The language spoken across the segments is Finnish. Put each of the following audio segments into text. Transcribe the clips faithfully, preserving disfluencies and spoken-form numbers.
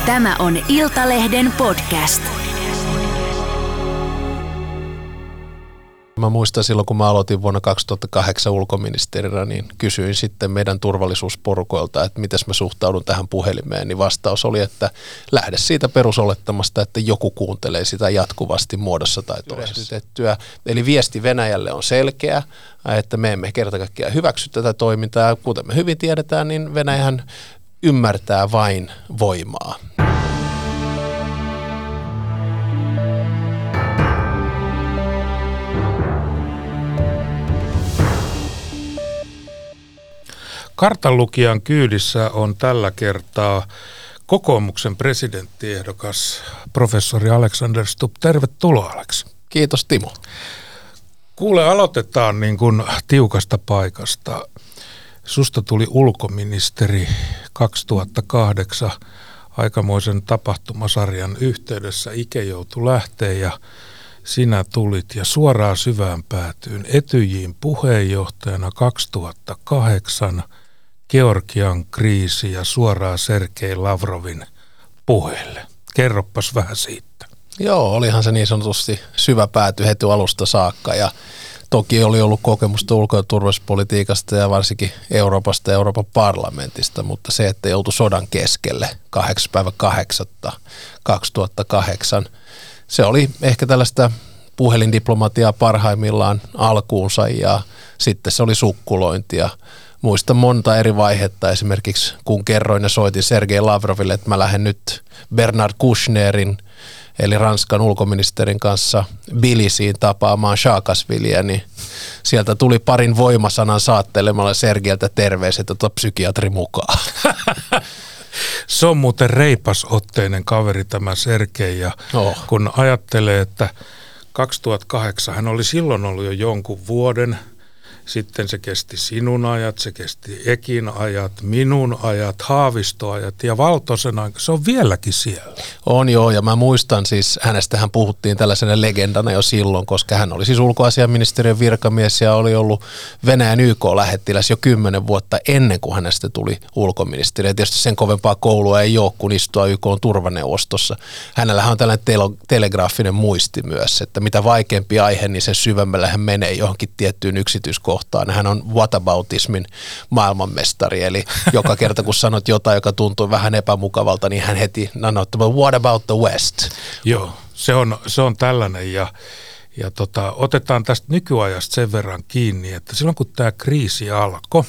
Tämä on Iltalehden podcast. Mä muistan silloin, kun mä aloitin vuonna kaksituhattakahdeksan ulkoministerinä, niin kysyin sitten meidän turvallisuusporukoilta, että miten mä suhtaudun tähän puhelimeen, niin vastaus oli, että lähde siitä perusolettamasta, että joku kuuntelee sitä jatkuvasti muodossa tai toisessa. Eli viesti Venäjälle on selkeä, että me emme kerta kaikkiaan hyväksy tätä toimintaa. Kuten me hyvin tiedetään, niin Venäjähän ymmärtää vain voimaa. Kartanlukijan kyydissä on tällä kertaa kokoomuksen presidenttiehdokas professori Alexander Stubb. Tervetuloa, Alex. Kiitos, Timo. Kuule, aloitetaan niin kuin tiukasta paikasta. Susta tuli ulkoministeri kaksituhattakahdeksan aikamoisen tapahtumasarjan yhteydessä. Ike joutui lähteä ja sinä tulit ja suoraan syvään päätyyn Etyjin puheenjohtajana kaksituhattakahdeksan, Georgian kriisi ja suoraan Sergei Lavrovin puheelle. Kerroppas vähän siitä. Joo, olihan se niin sanotusti syvä pääty heti alusta saakka ja toki oli ollut kokemusta ulko- ja turvallisuuspolitiikasta ja varsinkin Euroopasta ja Euroopan parlamentista, mutta se, että joutui sodan keskelle kahdeksas päivä kahdeksatta kaksituhattakahdeksan, se oli ehkä tällaista puhelindiplomatiaa parhaimmillaan alkuunsa ja sitten se oli sukkulointia. Muistan monta eri vaihetta, esimerkiksi kun kerroin ja soitin Sergei Lavroville, että mä lähden nyt Bernard Kushnerin eli Ranskan ulkoministerin kanssa Tbilisiin tapaamaan Saakasviliä, niin sieltä tuli parin voimasanan saattelemalla Sergeiltä terveiset, että psykiatri mukaan. Se on muuten reipasotteinen kaveri tämä Sergei ja oh. kun ajattelee, että kaksituhattakahdeksan hän oli silloin ollut jo jonkun vuoden, sitten se kesti sinun ajat, se kesti Ekin ajat, minun ajat, Haavisto-ajat ja Valtosen aika. Se on vieläkin siellä. On joo, ja mä muistan siis, hänestähän puhuttiin tällaisena legendana jo silloin, koska hän oli siis ulkoasiaministeriön virkamies ja oli ollut Venäjän Y K-lähettiläs jo kymmenen vuotta ennen kuin hänestä tuli ulkoministeri. Ja tietysti sen kovempaa koulua ei ole, kun istua Y K:n turvaneuvostossa. Hänellähän on tällainen tele- telegraafinen muisti myös, että mitä vaikeampi aihe, niin sen syvemmällä hän menee johonkin tiettyyn yksityiskohtaan. Hän on whataboutismin maailmanmestari, eli joka kerta kun sanot jotain, joka tuntuu vähän epämukavalta, niin hän heti sanoo, että what about the West? Joo, se on, se on tällainen ja, ja tota, otetaan tästä nykyajasta sen verran kiinni, että silloin kun tämä kriisi alkoi,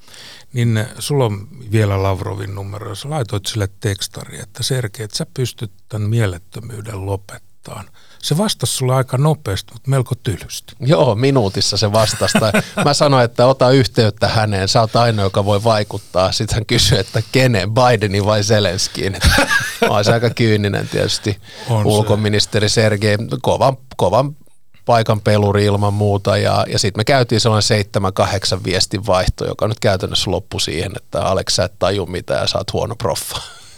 niin sulla on vielä Lavrovin numero, ja sä laitoit sille tekstari, että Sergei, että sä pystyt tämän mielettömyyden lopettamaan. Se vastasi sulle aika nopeasti, mutta melko tylysti. Joo, minuutissa se vastasi. Mä sanoin, että ota yhteyttä häneen, sä oot ainoa, joka voi vaikuttaa. Sitten hän kysyi, että kenen, Bidenin vai Zelenskiin. Mä olisin aika kyyninen tietysti. On ulkoministeri se. Sergei, kovan, kovan paikan peluri ilman muuta. Ja, ja sitten me käytiin sellainen seitsemän, kahdeksan viestin vaihto, joka nyt käytännössä loppui siihen, että Alex, sä et taju mitään ja sä oot huono proffa.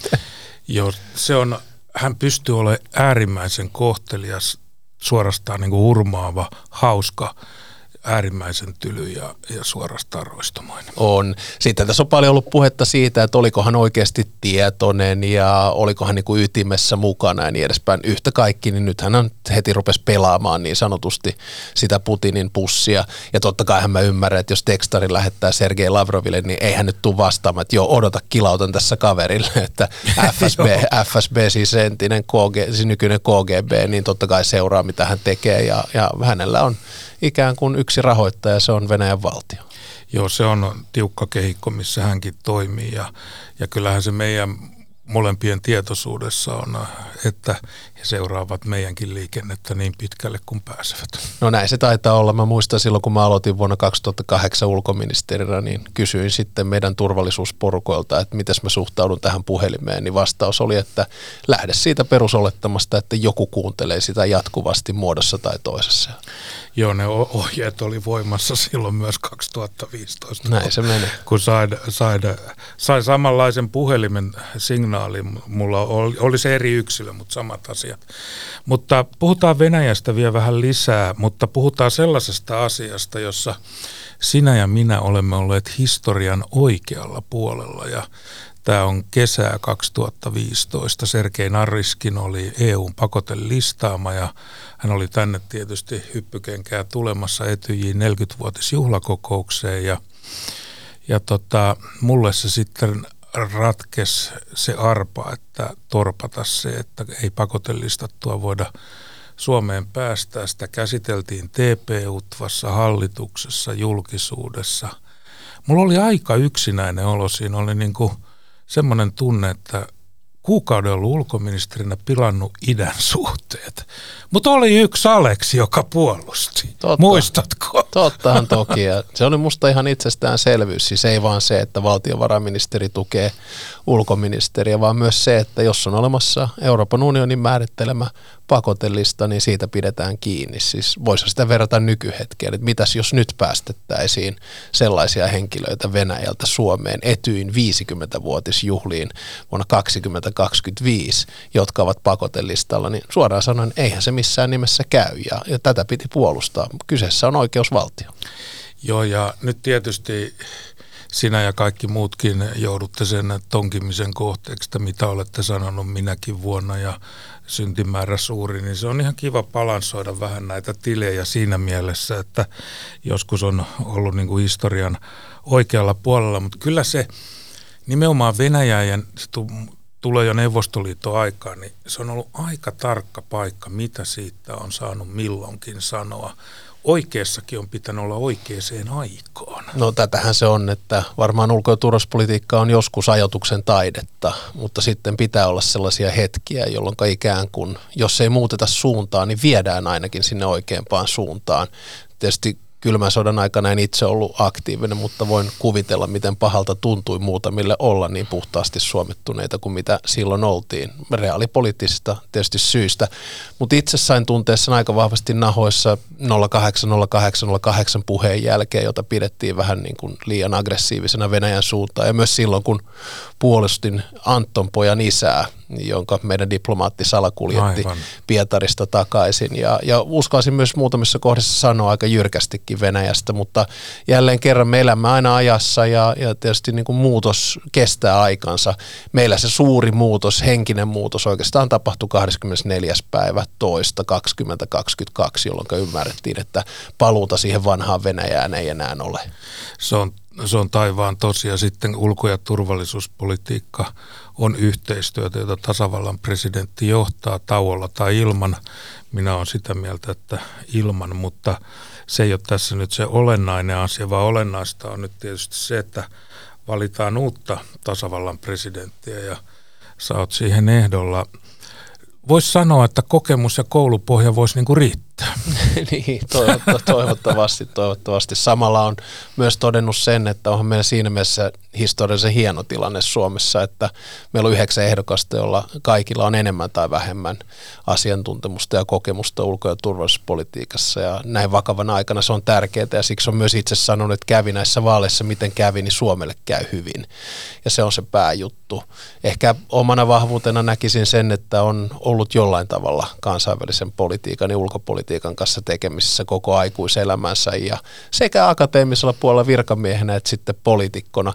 Joo, se on... Hän pystyy olemaan äärimmäisen kohtelias, suorastaan niin kuin hurmaava, hauska, äärimmäisen tyly ja, ja suorastaan roistomainen. On. Sitten tässä on paljon ollut puhetta siitä, että oliko hän oikeasti tietoinen ja oliko hän niin kuin ytimessä mukana ja niin edespäin. Yhtä kaikki, niin nyt hän heti rupesi pelaamaan niin sanotusti sitä Putinin pussia. Ja totta kai hän mä ymmärrän, että jos tekstari lähettää Sergei Lavroville, niin ei hän nyt tule vastaamaan, että joo, odota, kilautan tässä kaverille, että F S B, F S B siis entinen K G, siis nykyinen K G B, niin totta kai seuraa, mitä hän tekee ja, ja hänellä on ikään kuin yksi rahoittaja, se on Venäjän valtio. Joo, se on tiukka kehikko, missä hänkin toimii ja, ja kyllähän se meidän molempien tietoisuudessa on, että he seuraavat meidänkin liikennettä niin pitkälle kuin pääsevät. No näin se taitaa olla. Mä muistan silloin, kun mä aloitin vuonna kaksituhattakahdeksan ulkoministerinä, niin kysyin sitten meidän turvallisuusporukoilta, että miten mä suhtaudun tähän puhelimeen, niin vastaus oli, että lähde siitä perusolettamasta, että joku kuuntelee sitä jatkuvasti muodossa tai toisessa. Joo, ne ohjeet oli voimassa silloin myös kaksituhattaviisitoista. Näin se menee. Kun sain, sain, sain samanlaisen puhelimen signaalin, mulla oli, oli se eri yksilö, mutta samat asiat. Mutta puhutaan Venäjästä vielä vähän lisää, mutta puhutaan sellaisesta asiasta, jossa sinä ja minä olemme olleet historian oikealla puolella ja Tämä on kesää kaksituhattaviisitoista. Sergei Nariskin oli E U:n pakotelistaama ja hän oli tänne tietysti hyppykenkää tulemassa Etyjin neljäkymmenvuotisjuhlakokoukseen ja, ja tota, mulle se sitten ratkesi se arpa, että torpata se, että ei pakotelistattua voida Suomeen päästää. Sitä käsiteltiin T P-UTVassa, hallituksessa, julkisuudessa. Mulla oli aika yksinäinen olo. Siinä oli niin kuin semmoinen tunne, että kuukauden ollut ulkoministerinä pilannut idän suhteet. Mutta oli yksi Aleksi, joka puolusti. Totta. Muistatko? Tottahan toki. Ja se oli musta ihan itsestäänselvyys. Siis ei vaan se, että valtiovarainministeri tukee ulkoministeriä, vaan myös se, että jos on olemassa Euroopan unionin määrittelemä pakotelista, niin siitä pidetään kiinni. Siis voisi sitä verrata nykyhetkeen, että mitäs jos nyt päästettäisiin sellaisia henkilöitä Venäjältä Suomeen Etyin viisikymmenvuotisjuhliin vuonna kaksituhattakaksikymmentäviisi, jotka ovat pakotelistalla, niin suoraan sanoen eihän se missään nimessä käy ja, ja tätä piti puolustaa. Kyseessä on oikeusvaltio. Joo, ja nyt tietysti sinä ja kaikki muutkin joudutte sen tonkimisen kohteeksi, että mitä olette sanonut minäkin vuonna ja syntimäärä suuri, niin se on ihan kiva balansoida vähän näitä tilejä siinä mielessä, että joskus on ollut niin kuin historian oikealla puolella, mutta kyllä se nimenomaan Venäjä ja se tulee jo Neuvostoliiton aikaan, niin se on ollut aika tarkka paikka, mitä siitä on saanut milloinkin sanoa. Oikeassakin on pitänyt olla oikeaan aikaan. No tätähän se on, että varmaan ulko- ja turvallisuuspolitiikka on joskus ajatuksen taidetta, mutta sitten pitää olla sellaisia hetkiä, jolloin ikään kuin, jos ei muuteta suuntaa, niin viedään ainakin sinne oikeampaan suuntaan. Tietysti kylmän sodan aikana en itse ollut aktiivinen, mutta voin kuvitella, miten pahalta tuntui muutamille olla niin puhtaasti suomettuneita kuin mitä silloin oltiin. Reaalipoliittisista tietysti syistä, mutta itse sain tuntea sen aika vahvasti nahoissa nolla kahdeksan nolla kahdeksan nolla kahdeksan puheen jälkeen, jota pidettiin vähän niin kuin liian aggressiivisena Venäjän suuntaan. Ja myös silloin, kun puolustin Anton pojan isää, jonka meidän diplomaatti salakuljetti Aivan. Pietarista takaisin. Ja, ja uskalsin myös muutamissa kohdissa sanoa aika jyrkästikin Venäjästä, mutta jälleen kerran me elämme aina ajassa ja, ja tietysti niin kuin muutos kestää aikansa. Meillä se suuri muutos, henkinen muutos oikeastaan tapahtui kahdeskymmenesneljäs päivä toista kaksituhattakaksikymmentäkaksi, jolloin ymmärrettiin, että paluuta siihen vanhaan Venäjään ei enää ole. Se on, se on taivaan tosia. Sitten ulko- ja turvallisuuspolitiikka on yhteistyötä, jota tasavallan presidentti johtaa tauolla tai ilman. Minä olen sitä mieltä, että ilman, mutta se ei ole tässä nyt se olennainen asia, vaan olennaista on nyt tietysti se, että valitaan uutta tasavallan presidenttiä ja sä oot siihen ehdolla. Voisi sanoa, että kokemus ja koulupohja voisi niinku riittää. Niin, toivottavasti, toivottavasti. Samalla on myös todennut sen, että onhan meillä siinä mielessä historiallisen hieno tilanne Suomessa, että meillä on yhdeksän ehdokasta, joilla kaikilla on enemmän tai vähemmän asiantuntemusta ja kokemusta ulko- ja turvallisuuspolitiikassa. Ja näin vakavana aikana se on tärkeää ja siksi on myös itse sanonut, että kävi näissä vaaleissa, miten kävi, niin Suomelle käy hyvin. Ja se on se pääjuttu. Ehkä omana vahvuutena näkisin sen, että on ollut jollain tavalla kansainvälisen politiikan ja ulkopolitiikan kanssa tekemisissä koko aikuiselämänsä ja sekä akateemisella puolella virkamiehenä että sitten poliitikkona.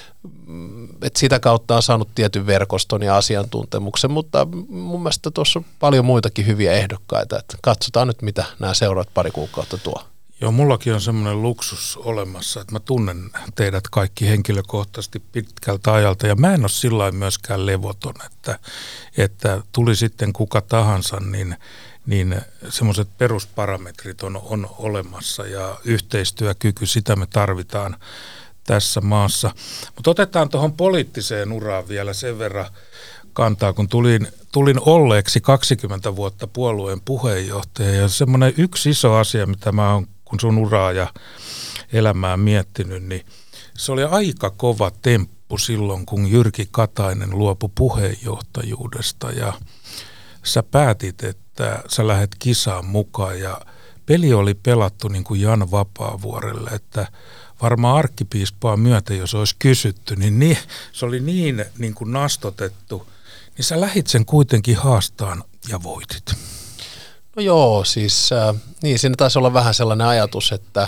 Et sitä kautta on saanut tietyn verkoston ja asiantuntemuksen, mutta mun mielestä tuossa on paljon muitakin hyviä ehdokkaita. Et katsotaan nyt, mitä nämä seuraavat pari kuukautta tuo. Joo, mullakin on semmoinen luksus olemassa, että mä tunnen teidät kaikki henkilökohtaisesti pitkältä ajalta ja mä en ole sillä myöskään levoton, että, että tuli sitten kuka tahansa, niin niin semmoiset perusparametrit on, on olemassa ja yhteistyökyky, sitä me tarvitaan tässä maassa. Mutta otetaan tuohon poliittiseen uraan vielä sen verran kantaa, kun tulin, tulin olleeksi kaksikymmentä vuotta puolueen puheenjohtaja ja semmoinen yksi iso asia, mitä mä oon kun sun uraa ja elämää miettinyt, niin se oli aika kova temppu silloin, kun Jyrki Katainen luopui puheenjohtajuudesta ja sä päätit, että sä lähdet kisaan mukaan ja peli oli pelattu niin kuin Jan Vapaavuorelle, että varmaan arkkipiispaa myöten, jos olisi kysytty, niin, niin se oli niin, niin kuin nastotettu, niin sä lähit sen kuitenkin haastaan ja voitit. No joo, siis äh, niin siinä taisi olla vähän sellainen ajatus, että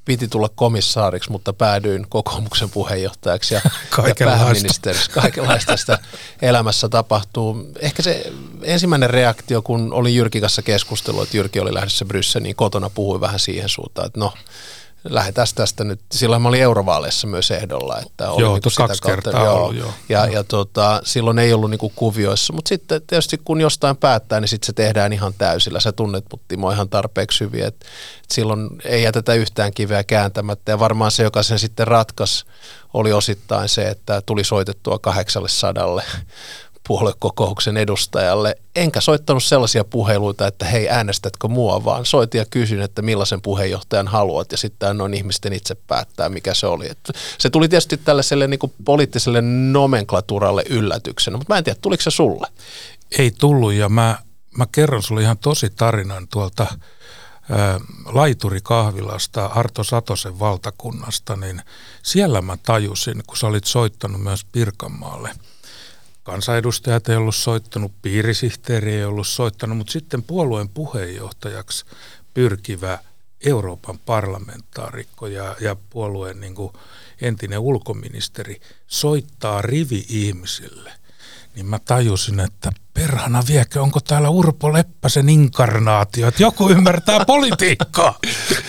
piti tulla komissaariksi, mutta päädyin kokoomuksen puheenjohtajaksi ja, ja pääministeriksi. Kaikenlaista sitä elämässä tapahtuu. Ehkä se ensimmäinen reaktio, kun olin Jyrkin kanssa keskustelua, että Jyrki oli lähdössä Brysseliin, niin kotona puhui vähän siihen suuntaan, että no, lähdetään tästä nyt. Silloin mä olin eurovaaleissa myös ehdolla. Että oli joo, niin sitä kaksi kautta, kertaa joo, ollut, joo. Ja, joo. ja tota, silloin ei ollut niinku kuvioissa, mutta sitten tietysti kun jostain päättää, niin sitten se tehdään ihan täysillä. Sä tunnet mut Timo ihan tarpeeksi hyvin, että et silloin ei jätetä yhtään kiveä kääntämättä. Ja varmaan se, joka sen sitten ratkaisi, oli osittain se, että tuli soitettua kahdeksalle sadalle puoluekokouksen edustajalle. Enkä soittanut sellaisia puheluita, että hei, äänestätkö mua, vaan soitin ja kysyin, että millaisen puheenjohtajan haluat, ja sitten noin ihmisten itse päättää, mikä se oli. Et se tuli tietysti tällaiselle niin kuin poliittiselle nomenklaturalle yllätyksenä, mutta mä en tiedä, tuliko se sulle? Ei tullut, ja mä, mä kerron sulle ihan tosi tarinan tuolta ää, laiturikahvilasta Arto Satosen valtakunnasta, niin siellä mä tajusin, kun sä olit soittanut myös Pirkanmaalle. Kansanedustajat ei ollut soittanut, piirisihteeri ei ollut soittanut, mutta sitten puolueen puheenjohtajaksi pyrkivä Euroopan parlamentaarikko ja, ja puolueen niin kuin entinen ulkoministeri soittaa rivi-ihmisille. Niin mä tajusin, että perhana viekö, onko täällä Urpo Leppäsen inkarnaatio, että joku ymmärtää politiikkaa.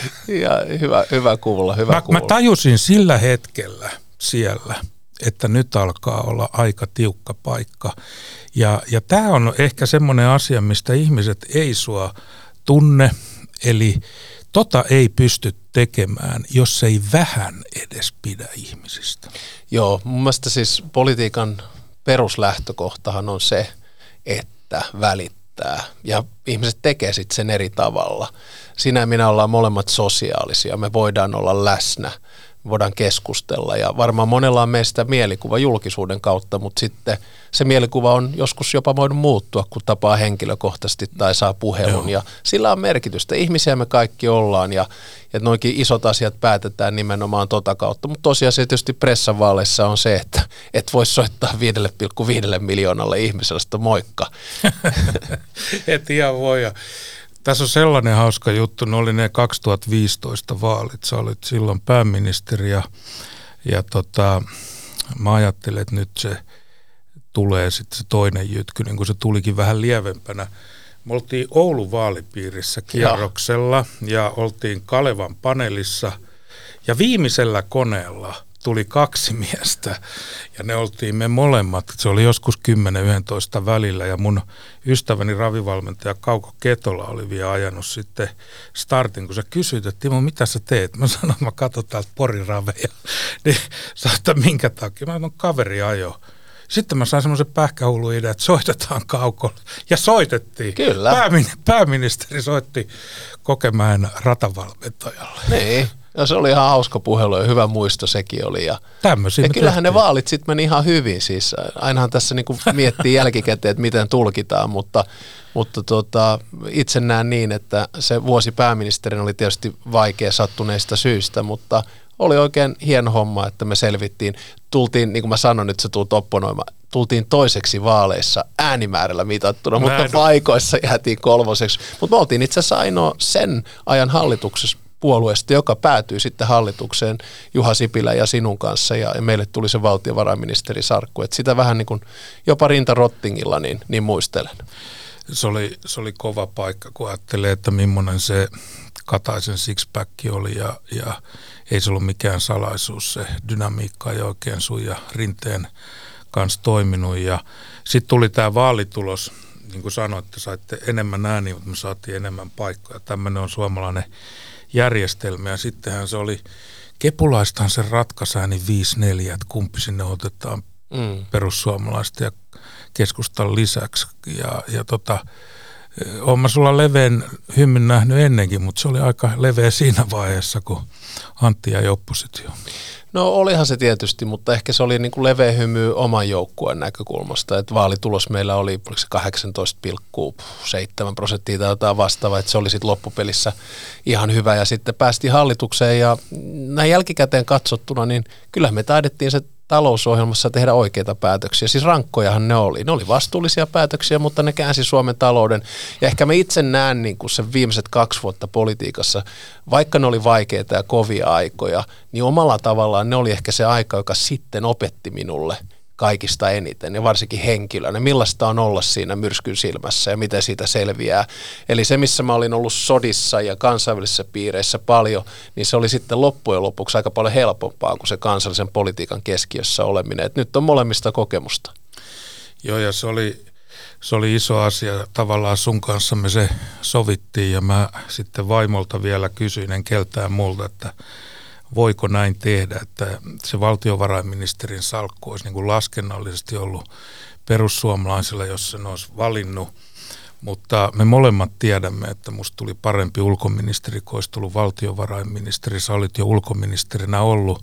Ja hyvä, hyvä kuulla, hyvä mä, kuulla. Mä tajusin sillä hetkellä siellä, että nyt alkaa olla aika tiukka paikka. Ja, ja tämä on ehkä semmoinen asia, mistä ihmiset ei sua tunne, eli tota ei pysty tekemään, jos ei vähän edes pidä ihmisistä. Joo, mun mielestä siis politiikan peruslähtökohtahan on se, että välittää, ja ihmiset tekee sitten sen eri tavalla. Sinä ja minä ollaan molemmat sosiaalisia, me voidaan olla läsnä. Voidaan keskustella ja varmaan monella on meistä mielikuva julkisuuden kautta, mutta sitten se mielikuva on joskus jopa voinut muuttua, kun tapaa henkilökohtaisesti tai saa puhelun. Joo. Ja sillä on merkitystä. Ihmisiä me kaikki ollaan ja, ja noinkin isot asiat päätetään nimenomaan tota kautta. Mutta tosiaan se tietysti pressavaaleissa on se, että et voi soittaa viisi pilkku viisi miljoonalle ihmiselle sitä moikka. Et ihan voi. Tässä on sellainen hauska juttu, ne oli ne kaksituhattaviisitoista vaalit, sä olit silloin pääministeri ja, ja tota, mä ajattelin, että nyt se tulee sitten se toinen jytky, niin kuin se tulikin vähän lievempänä. Me oltiin Oulun vaalipiirissä kierroksella ja, ja oltiin Kalevan paneelissa ja viimeisellä koneella tuli kaksi miestä ja ne oltiin me molemmat. Se oli joskus kymmenen yksitoista välillä ja mun ystäväni ravivalmentaja Kauko Ketola oli vielä ajanut sitten startin, kun sä kysyit, että Timo, mitä sä teet? Mä sanoin, että mä katson täältä Porin raveja. Niin sä että minkä takia? Mä sanoin, kaveri ajo. Sitten mä sain semmoisen pähkähullu idea, että soitetaan Kaukolle. Ja soitettiin. Kyllä. Päämin- pääministeri soitti Kokemäen ratavalmentajalle. Niin. Ja se oli ihan hauska puhelu ja hyvä muisto sekin oli. Ja, ja kyllähän ne vaalit sitten meni ihan hyvin. Siis ainahan tässä niinku miettii jälkikäteen, että miten tulkitaan, mutta, mutta tota, itse näen niin, että se vuosi pääministerin oli tietysti vaikea sattuneista syistä, mutta oli oikein hieno homma, että me selvittiin. Tultiin, niin kuin mä sanoin, nyt se tuut opponoimaan, tultiin toiseksi vaaleissa äänimäärällä mitattuna, mutta paikoissa jäätiin kolmoseksi. Mutta me oltiin itse asiassa ainoa sen ajan hallituksessa puolueesta, joka päätyi sitten hallitukseen Juha Sipilä ja sinun kanssa, ja, ja meille tuli se valtiovarainministeri Sarkku. Et sitä vähän niin kuin jopa rintarottingilla niin, niin muistelen. Se oli, se oli kova paikka, kun ajattelee, että millainen se Kataisen sixpack oli, ja, ja ei se ollut mikään salaisuus, se dynamiikka ei oikein sun ja Rinteen kanssa toiminut, ja sitten tuli tämä vaalitulos, niin kuin sanoitte, saitte enemmän ääniä, mutta me saatiin enemmän paikkoja. Tämmöinen on suomalainen järjestelmä, ja sittenhän se oli, Kepulaistahan se ratkaisi ääni viisi neljä, että kumpi sinne otetaan mm. perussuomalaista ja keskustan lisäksi, ja, ja tota, olen mä sulla leveän hymyn nähnyt ennenkin, mutta se oli aika leveä siinä vaiheessa, kun Antti jäi oppositioon. No olihan se tietysti, mutta ehkä se oli niin kuin leveä hymy oman joukkueen näkökulmasta, että vaalitulos meillä oli kahdeksantoista pilkku seitsemän prosenttia tai jotain vastaavaa, että se oli sitten loppupelissä ihan hyvä ja sitten päästiin hallitukseen ja näin jälkikäteen katsottuna, niin kyllä me taidettiin se talousohjelmassa tehdä oikeita päätöksiä. Siis rankkojahan ne oli. Ne oli vastuullisia päätöksiä, mutta ne käänsi Suomen talouden. Ja ehkä mä itse näen niin kuin sen viimeiset kaksi vuotta politiikassa, vaikka ne oli vaikeita ja kovia aikoja, niin omalla tavallaan ne oli ehkä se aika, joka sitten opetti minulle kaikista eniten ja varsinkin henkilönä, millaista on olla siinä myrskyn silmässä ja miten siitä selviää. Eli se, missä mä olin ollut sodissa ja kansainvälisissä piireissä paljon, niin se oli sitten loppujen lopuksi aika paljon helpompaa kuin se kansallisen politiikan keskiössä oleminen. Et nyt on molemmista kokemusta. Joo, ja se oli, se oli iso asia. Tavallaan sun kanssa me se sovittiin ja mä sitten vaimolta vielä kysyin, en keltään multa, että voiko näin tehdä, että se valtiovarainministerin salkku olisi niin kuin laskennallisesti ollut perussuomalaisilla, jos sen olisi valinnut, mutta me molemmat tiedämme, että musta tuli parempi ulkoministeri, kun olisi tullut valtiovarainministeri, sä olit jo ulkoministerinä ollut,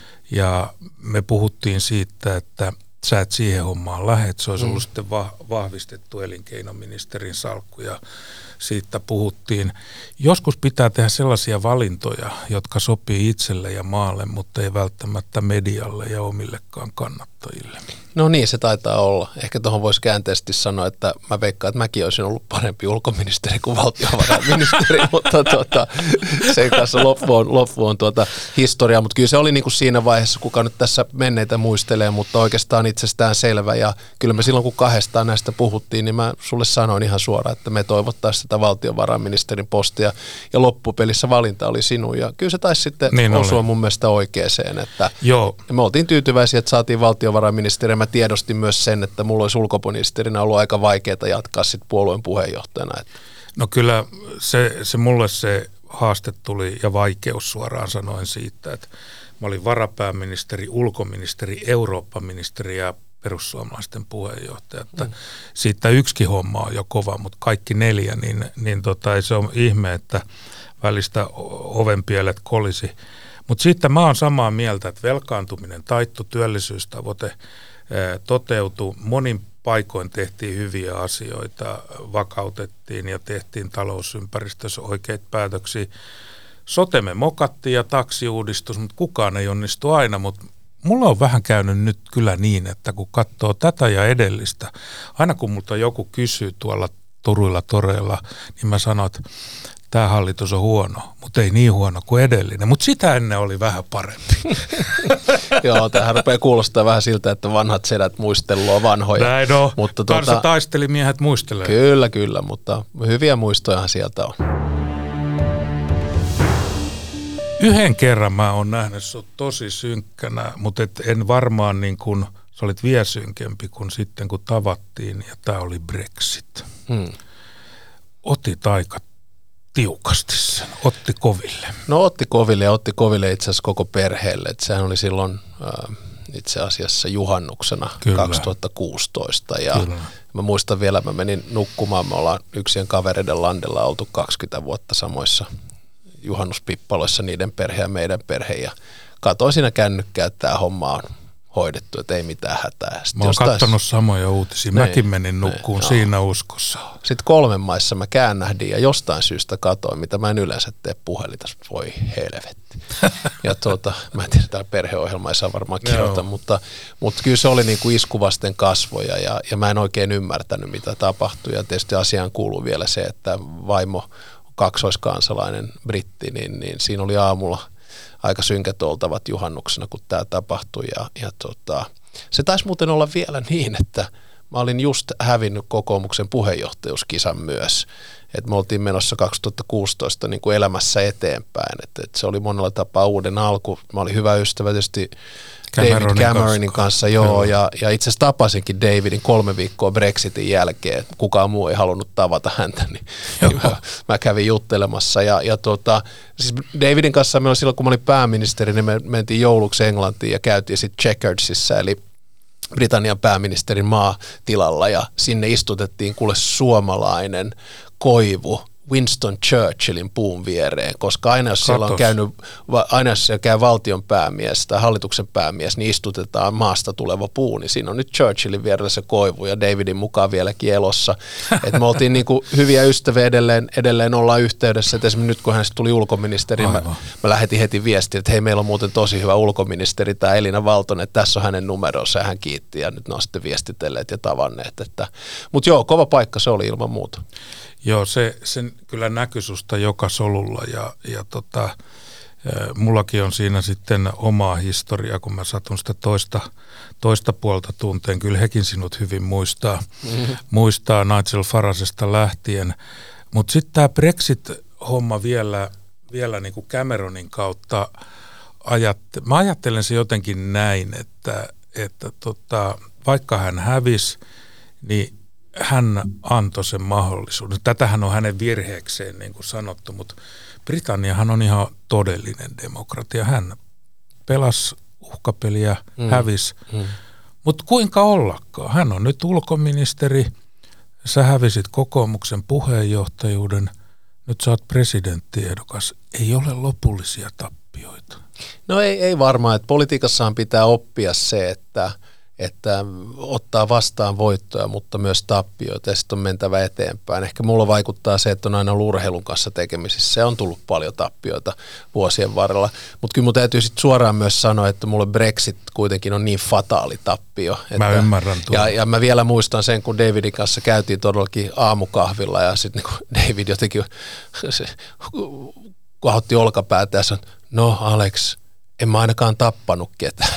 ja me puhuttiin siitä, että sä et siihen hommaan lähde, se olisi ollut mm. sitten vahvistettu elinkeinoministerin salkku, ja siitä puhuttiin. Joskus pitää tehdä sellaisia valintoja, jotka sopii itselle ja maalle, mutta ei välttämättä medialle ja omillekaan kannattajille. No niin, se taitaa olla. Ehkä tuohon voisi käänteisesti sanoa, että mä veikkaan, että mäkin olisin ollut parempi ulkoministeri kuin valtiovarainministeri, mutta tuota, sen kanssa loppu on, loppu on tuota historiaa. Mutta kyllä se oli niin kuin siinä vaiheessa, kuka nyt tässä menneitä muistelee, mutta oikeastaan itsestään selvä. Ja kyllä me silloin, kun kahdestaan näistä puhuttiin, niin mä sulle sanoin ihan suoraan, että me toivottaisiin sitä valtiovarainministerin postia. Ja loppupelissä valinta oli sinun. Ja kyllä se taisi sitten niin osua oli mun mielestä oikeeseen. Että Joo. Me oltiin tyytyväisiä, että saatiin valtiovarainministeri. Mä tiedostin myös sen, että mulla olisi ulkoministerinä ollut aika vaikeaa jatkaa sit puolueen puheenjohtajana. No kyllä se, se mulle se haaste tuli ja vaikeus suoraan sanoen siitä, että mä olin varapääministeri, ulkoministeri, Eurooppa-ministeri ja perussuomalaisten puheenjohtaja. Että mm. siitä yksikin homma on jo kova, mutta kaikki neljä, niin, niin tota, ei se ole ihme, että välistä ovenpielet kolisi. Mutta sitten mä oon samaa mieltä, että velkaantuminen taittu, työllisyystavoite toteutui. Monin paikoin tehtiin hyviä asioita, vakautettiin ja tehtiin talousympäristössä oikeita päätöksiä. Sote me mokattiin ja taksiuudistus, mutta kukaan ei onnistu aina, mutta mulla on vähän käynyt nyt kyllä niin, että kun katsoo tätä ja edellistä, aina kun multa joku kysyy tuolla Turuilla toreilla, niin mä sanon, että tämä hallitus on huono, mutta ei niin huono kuin edellinen, mutta sitä ennen oli vähän parempi. Joo, tämähän rupeaa kuulostaa vähän siltä, että vanhat sedät muistelua vanhoja. Näin on, mutta kansa tuota, taisteli miehet muistelee. Kyllä, kyllä, mutta hyviä muistojahan sieltä on. Yhden kerran mä oon nähnyt sut tosi synkkänä, mutta et en varmaan niin kuin, sä olit vielä synkempi kuin sitten kun tavattiin ja tää oli Brexit. Hmm. Otit aika tiukasti sen, otti koville. No otti koville ja otti koville itse asiassa koko perheelle. Et sehän oli silloin äh, itse asiassa juhannuksena Kyllä. kaksituhattakuusitoista ja Kyllä. mä muistan vielä, mä menin nukkumaan, me ollaan yksien kavereiden landella oltu kaksikymmentä vuotta samoissa juhannuspippaloissa, niiden perhe ja meidän perhe ja katsoin siinä kännykkää, että tämä homma on hoidettu, että ei mitään hätää. Sitten mä oon jostain katsonut samoja uutisia. Nein, Mäkin menin nukkuun nein, siinä no. uskossa. Sitten kolmen maissa mä käännähdin ja jostain syystä katoin, mitä mä en yleensä tee puhelinta. Voi helvetti. Ja tuota, mä en tiedä, täällä perheohjelma ei saa varmaan kirjoita, mutta, mutta kyllä se oli niin kuin iskuvasten kasvoja ja, ja mä en oikein ymmärtänyt, mitä tapahtui. Ja tietysti asiaan kuuluu vielä se, että vaimo kaksoiskansalainen britti, niin, niin siinä oli aamulla aika synkät oltavat juhannuksena, kun tämä tapahtui. Ja, ja tota, se taisi muuten olla vielä niin, että mä olin just hävinnyt kokoomuksen puheenjohtajuuskisan myös. Et me oltiin menossa kaksituhattakuusitoista niin kuin elämässä eteenpäin. Et, et se oli monella tapaa uuden alku. Mä olin hyvä ystävä tietysti Cameronin David Cameronin kanssa, kanssa joo, ja, ja itse asiassa tapasinkin Davidin kolme viikkoa Brexitin jälkeen. Kukaan muu ei halunnut tavata häntä, niin, niin mä, mä kävin juttelemassa. Ja, ja tuota, siis Davidin kanssa me silloin, kun mä olin pääministeri, niin me mentiin jouluksi Englantiin ja käytiin sitten Checkersissa, eli Britannian pääministerin maatilalla, ja sinne istutettiin kuule suomalainen koivu Winston Churchillin puun viereen, koska aina jos siellä on käynyt, aina jos siellä käy valtion päämies tai hallituksen päämies, niin istutetaan maasta tuleva puu, niin siinä on nyt Churchillin vierellä se koivu ja Davidin mukaan vieläkin elossa. Et me oltiin niinku hyviä ystäviä edelleen, edelleen ollaan yhteydessä, että esimerkiksi nyt kun hänestä tuli ulkoministeri, mä, mä lähetin heti viestiä, että hei, meillä on muuten tosi hyvä ulkoministeri, tämä Elina Valtonen, että tässä on hänen numeronsa ja hän kiitti ja nyt ne on sitten viestitelleet ja tavanneet. Että. Mutta joo, kova paikka se oli ilman muuta. Joo, se, se kyllä näkyi susta joka solulla ja, ja tota, mullakin on siinä sitten omaa historiaa, kun mä satun sitä toista, toista puolta tunteen. Kyllä hekin sinut hyvin muistaa, mm-hmm. muistaa Nigel Faragesta lähtien. Mutta sitten tämä Brexit-homma vielä, vielä niin kuin Cameronin kautta, ajatte, mä ajattelen se jotenkin näin, että, että tota, vaikka hän hävisi, niin hän antoi sen mahdollisuuden. Tätähän on hänen virheekseen niin kuin sanottu, mutta Britanniahan on ihan todellinen demokratia. Hän pelasi uhkapeliä, mm. hävisi, mm. mutta kuinka ollakaan? Hän on nyt ulkoministeri, sä hävisit kokoomuksen puheenjohtajuuden, nyt sä oot presidenttiehdokas. Ei ole lopullisia tappioita. No ei, ei varmaan, että politiikassahan pitää oppia se, että että ottaa vastaan voittoja, mutta myös tappioita ja sitten on mentävä eteenpäin. Ehkä mulla vaikuttaa se, että on aina ollut urheilun kanssa tekemisissä. Se on tullut paljon tappioita vuosien varrella, mutta kyllä mun täytyy sitten suoraan myös sanoa, että mulle Brexit kuitenkin on niin fataali tappio. Että, mä ymmärrän tuon. Ja, ja mä vielä muistan sen, kun Davidin kanssa käytiin todellakin aamukahvilla ja sitten niin David jotenkin se, kohotti olkapäätä ja sanoi, no Alex, en mä ainakaan tappanut ketään.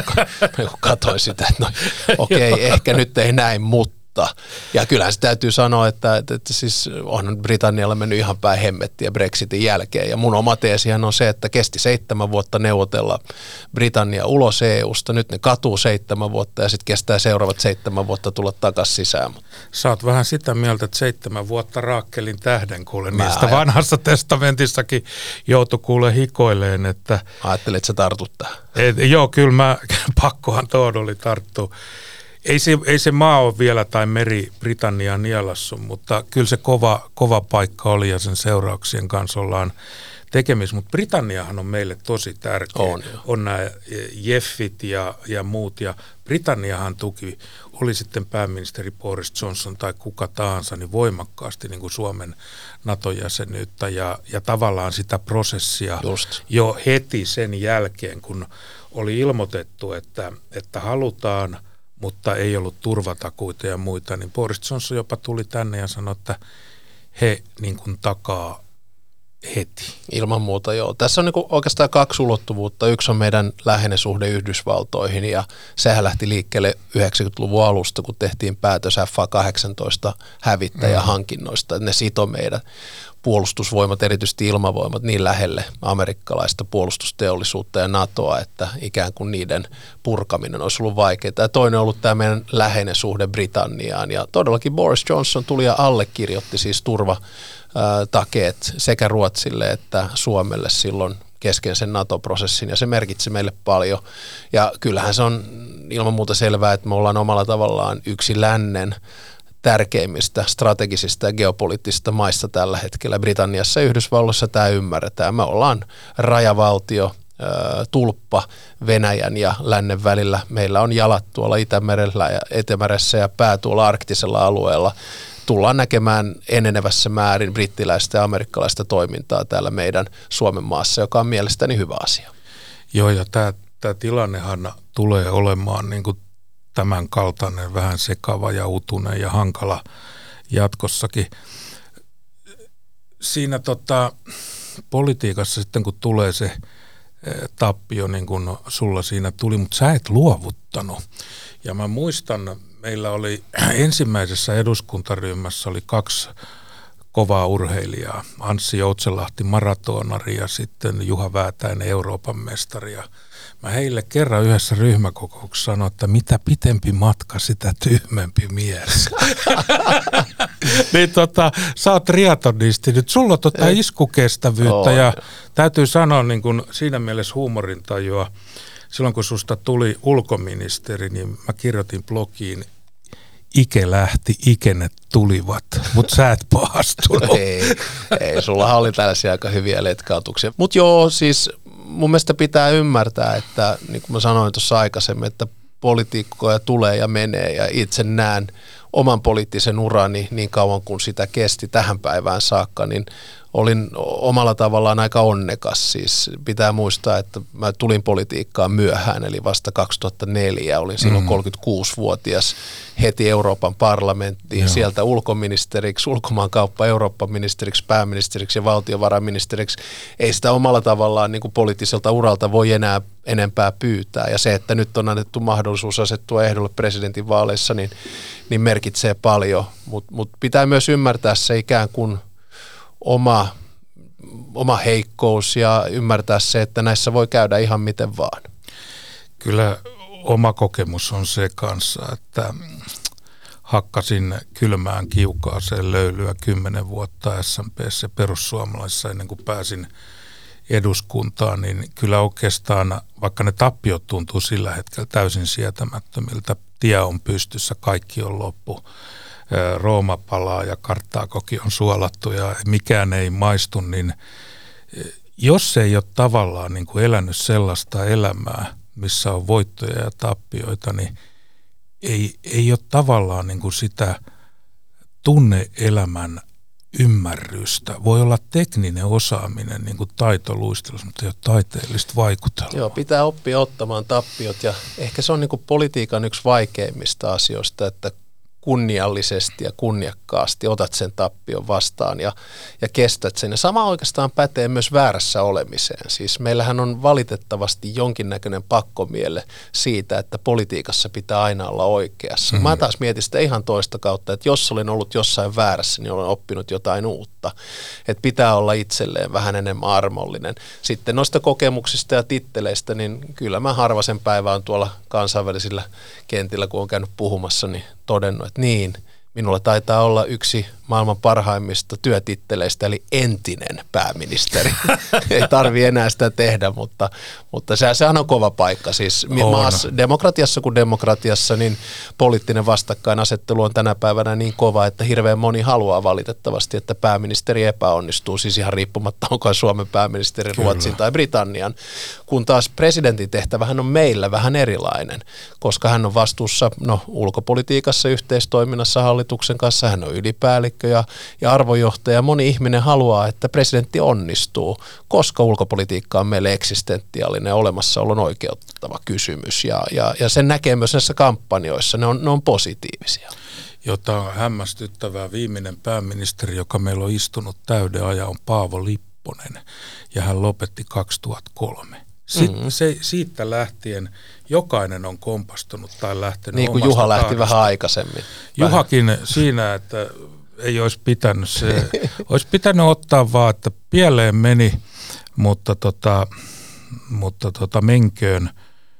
Mä katsoin sitä, että no okei, okay, ehkä nyt ei näin, mutta. Ja kyllähän se täytyy sanoa, että, että, että siis on Britannialla mennyt ihan päin hemmettiä Brexitin jälkeen. Ja mun oma teesihän on se, että kesti seitsemän vuotta neuvotella Britannia ulos E U:sta. Nyt ne katuu seitsemän vuotta ja sitten kestää seuraavat seitsemän vuotta tulla takaisin sisään. Sä oot vähän sitä mieltä, että seitsemän vuotta Raakkelin tähden kuule niistä ajan. Vanhassa testamentissakin joutui kuule hikoilleen. Että ajattelin, että sä tartut tähän. Et, joo, kyllä mä, pakkohan tuon oli tarttua. Ei se, ei se maa ole vielä tai meri Britannia nielassu, mutta kyllä se kova, kova paikka oli ja sen seurauksien kanssa ollaan tekemisissä. Mutta Britanniahan on meille tosi tärkeä. On, on nämä Jeffit ja, ja muut. Ja Britanniahan tuki, oli sitten pääministeri Boris Johnson tai kuka tahansa, niin voimakkaasti niin kuin Suomen NATO-jäsenyyttä ja, ja tavallaan sitä prosessia Just. jo heti sen jälkeen, kun oli ilmoitettu, että, että halutaan, mutta ei ollut turvatakuita ja muita, niin Boris Johnson jopa tuli tänne ja sanoi, että he niin kuin takaa heti. Ilman muuta, joo. Tässä on niin kuin oikeastaan kaksi ulottuvuutta. Yksi on meidän läheinen suhde Yhdysvaltoihin, ja sehän lähti liikkeelle yhdeksänkymmentäluvun alusta, kun tehtiin päätös F A kahdeksantoista hävittäjähankinnoista. Ne sitoi meidän puolustusvoimat, erityisesti ilmavoimat, niin lähelle amerikkalaista puolustusteollisuutta ja NATOa, että ikään kuin niiden purkaminen olisi ollut vaikeaa. Ja toinen on ollut tämä meidän läheinen suhde Britanniaan, ja todellakin Boris Johnson tuli ja allekirjoitti siis turvatakeet sekä Ruotsille että Suomelle silloin kesken sen NATO-prosessin, ja se merkitsi meille paljon. Ja kyllähän se on ilman muuta selvää, että me ollaan omalla tavallaan yksi lännen tärkeimmistä strategisista ja geopoliittisista maista tällä hetkellä. Britanniassa ja Yhdysvalloissa tämä ymmärretään. Me ollaan rajavaltio, tulppa Venäjän ja lännen välillä. Meillä on jalat tuolla Itämerellä ja Etelämeressä ja pää tuolla arktisella alueella. Tullaan näkemään enenevässä määrin brittiläistä ja amerikkalaista toimintaa täällä meidän Suomen maassa, joka on mielestäni hyvä asia. Joo, ja tämä, tämä tilannehan tulee olemaan niin kuin tämän kaltainen, vähän sekava ja utunen ja hankala jatkossakin. Siinä tota, politiikassa sitten, kun tulee se tappio, niin kuin sulla siinä tuli, mutta sä et luovuttanut. Ja mä muistan, meillä oli ensimmäisessä eduskuntaryhmässä oli kaksi kovaa urheilijaa. Anssi Joutsenlahti maratonari ja sitten Juha Väätäinen Euroopan mestari. Ja mä heille kerran yhdessä ryhmäkokouksessa sanoin, että mitä pitempi matka, sitä tyhmempi mies. Niin tota, sä oot triatonisti nyt, sulla on tota iskukestävyyttä oh, ja täytyy sanoa niin kun siinä mielessä huumorintajua. Silloin kun susta tuli ulkoministeri, niin mä kirjoitin blogiin, Ike lähti, ikenet tulivat. mutta sä et pahastunut. ei, ei, sulla oli tällaisia aika hyviä letkautuksia. Mutta joo, siis mun mielestä pitää ymmärtää, että niin kuin mä sanoin tuossa aikaisemmin, että politiikkoja tulee ja menee ja itse näen oman poliittisen urani niin kauan kuin sitä kesti tähän päivään saakka, niin olin omalla tavallaan aika onnekas. Siis pitää muistaa, että mä tulin politiikkaan myöhään, eli vasta kaksituhattaneljä. Olin silloin mm. kolmekymmentäkuusivuotias heti Euroopan parlamenttiin, Joo. sieltä ulkoministeriksi, ulkomaankauppa Euroopan ministeriksi, pääministeriksi ja valtiovarainministeriksi. Ei sitä omalla tavallaan niin kuin poliittiselta uralta voi enää enempää pyytää. Ja se, että nyt on annettu mahdollisuus asettua ehdolle presidentinvaaleissa, niin, niin merkitsee paljon. Mutta mut pitää myös ymmärtää se ikään kuin Oma, oma heikkous ja ymmärtää se, että näissä voi käydä ihan miten vaan. Kyllä oma kokemus on se kanssa, että hakkasin kylmään kiukaaseen löylyä kymmenen vuotta S M P:ssä perussuomalaisissa ennen kuin pääsin eduskuntaan, niin kyllä oikeastaan, vaikka ne tappiot tuntuu sillä hetkellä täysin sietämättömiltä, tie on pystyssä, kaikki on loppu. Rooma palaa ja Karttaagokin on suolattu ja mikään ei maistu, niin jos ei ole tavallaan niin kuin elänyt sellaista elämää, missä on voittoja ja tappioita, niin ei, ei ole tavallaan niin kuin sitä tunne-elämän ymmärrystä. Voi olla tekninen osaaminen, niin kuin taitoluistelussa, mutta ei ole taiteellista vaikutelmaa. Joo, pitää oppia ottamaan tappiot ja ehkä se on niin kuin politiikan yksi vaikeimmista asioista, että kunniallisesti ja kunniakkaasti otat sen tappion vastaan ja, ja kestät sen. Ja sama oikeastaan pätee myös väärässä olemiseen. Siis meillähän on valitettavasti jonkinnäköinen pakkomielle siitä, että politiikassa pitää aina olla oikeassa. Mm-hmm. Mä taas mietin sitä ihan toista kautta, että jos olen ollut jossain väärässä, niin olen oppinut jotain uutta. Että pitää olla itselleen vähän enemmän armollinen. Sitten noista kokemuksista ja titteleistä, niin kyllä mä harvasen päivä on tuolla kansainvälisillä kentillä, kun on käynyt puhumassa, niin todennut, että niin, minulla taitaa olla yksi maailman parhaimmista työtitteleistä, eli entinen pääministeri. Ei tarvitse enää sitä tehdä, mutta, mutta se, sehän on kova paikka. Siis maassa, demokratiassa kuin demokratiassa, niin poliittinen vastakkainasettelu on tänä päivänä niin kova, että hirveän moni haluaa valitettavasti, että pääministeri epäonnistuu, siis ihan riippumatta onko Suomen pääministeri, Kyllä. Ruotsin tai Britannian, kun taas presidentin tehtävähän on meillä vähän erilainen, koska hän on vastuussa no, ulkopolitiikassa, yhteistoiminnassa hallituksen kanssa, hän on ylipäällikkö, Ja, ja arvojohtaja. Moni ihminen haluaa, että presidentti onnistuu, koska ulkopolitiikka on meille eksistentiaalinen olemassaolon oikeuttava kysymys. Ja, ja, ja sen näkee myös näissä kampanjoissa. Ne on, ne on positiivisia. Jota on hämmästyttävää. Viimeinen pääministeri, joka meillä on istunut täyden ajan, on Paavo Lipponen. Ja hän lopetti kaksituhattakolme. Sitten mm-hmm. se, siitä lähtien jokainen on kompastunut tai lähtenyt niin kuin Juha lähti tahdasta. Vähän aikaisemmin. Juhakin vähän. Siinä, että ei olisi pitänyt se, olisi pitänyt ottaa vaan, että pieleen meni, mutta, tota, mutta tota menköön.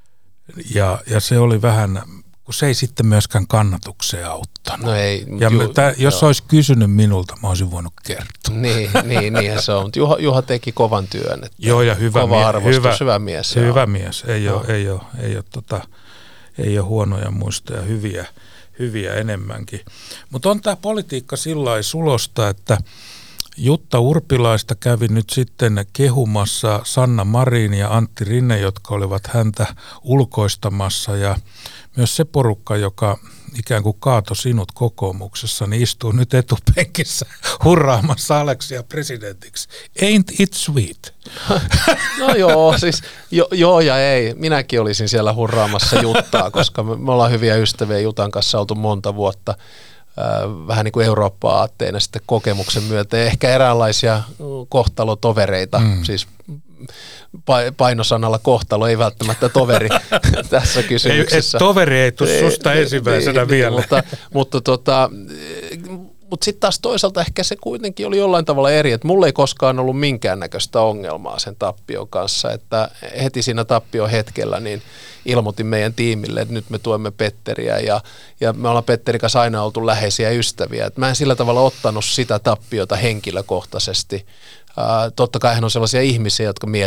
Ja, ja se oli vähän, kun se ei sitten myöskään kannatukseen auttanut. No ei, ja ju, tä, jos joo. olisi kysynyt minulta, mä olisin voinut kertoa. Niin, niin niinhän se on, mutta Juha, Juha teki kovan työn. Että joo, ja hyvä, kova mie- arvostus, hyvä, hyvä mies. Hyvä mies, ei ole, ei ole, ei ole, tota, ei ole huonoja muistoja, hyviä. hyviä enemmänkin. Mutta on tämä politiikka sillä sulosta, että Jutta Urpilaista kävi nyt sitten kehumassa Sanna Marin ja Antti Rinne, jotka olivat häntä ulkoistamassa, ja myös se porukka, joka ikään kuin kaato sinut kokoomuksessa, niin istuu nyt etupenkissä hurraamassa Aleksia presidentiksi. Ain't it sweet? No joo, siis jo, joo ja ei. Minäkin olisin siellä hurraamassa Juttaa, koska me, me ollaan hyviä ystäviä Jutan kanssa oltu monta vuotta. Äh, vähän niin kuin Eurooppa-aatteena sitten kokemuksen myötä. Ehkä eräänlaisia kohtalotovereita, mm. siis painosanalla kohtalo, ei välttämättä toveri tässä kysymyksessä. Ei, toveri ei tule susta ei, ensimmäisenä ei, vielä. Mutta, mutta, tota, mutta sitten taas toisaalta ehkä se kuitenkin oli jollain tavalla eri, että mulla ei koskaan ollut minkäännäköistä ongelmaa sen tappion kanssa, että heti siinä tappion hetkellä niin ilmoitin meidän tiimille, että nyt me tuemme Petteriä ja, ja me ollaan Petterin kanssa aina oltu läheisiä ystäviä. Et mä en sillä tavalla ottanut sitä tappiota henkilökohtaisesti. Uh, totta kai hän on sellaisia ihmisiä, jotka mietit,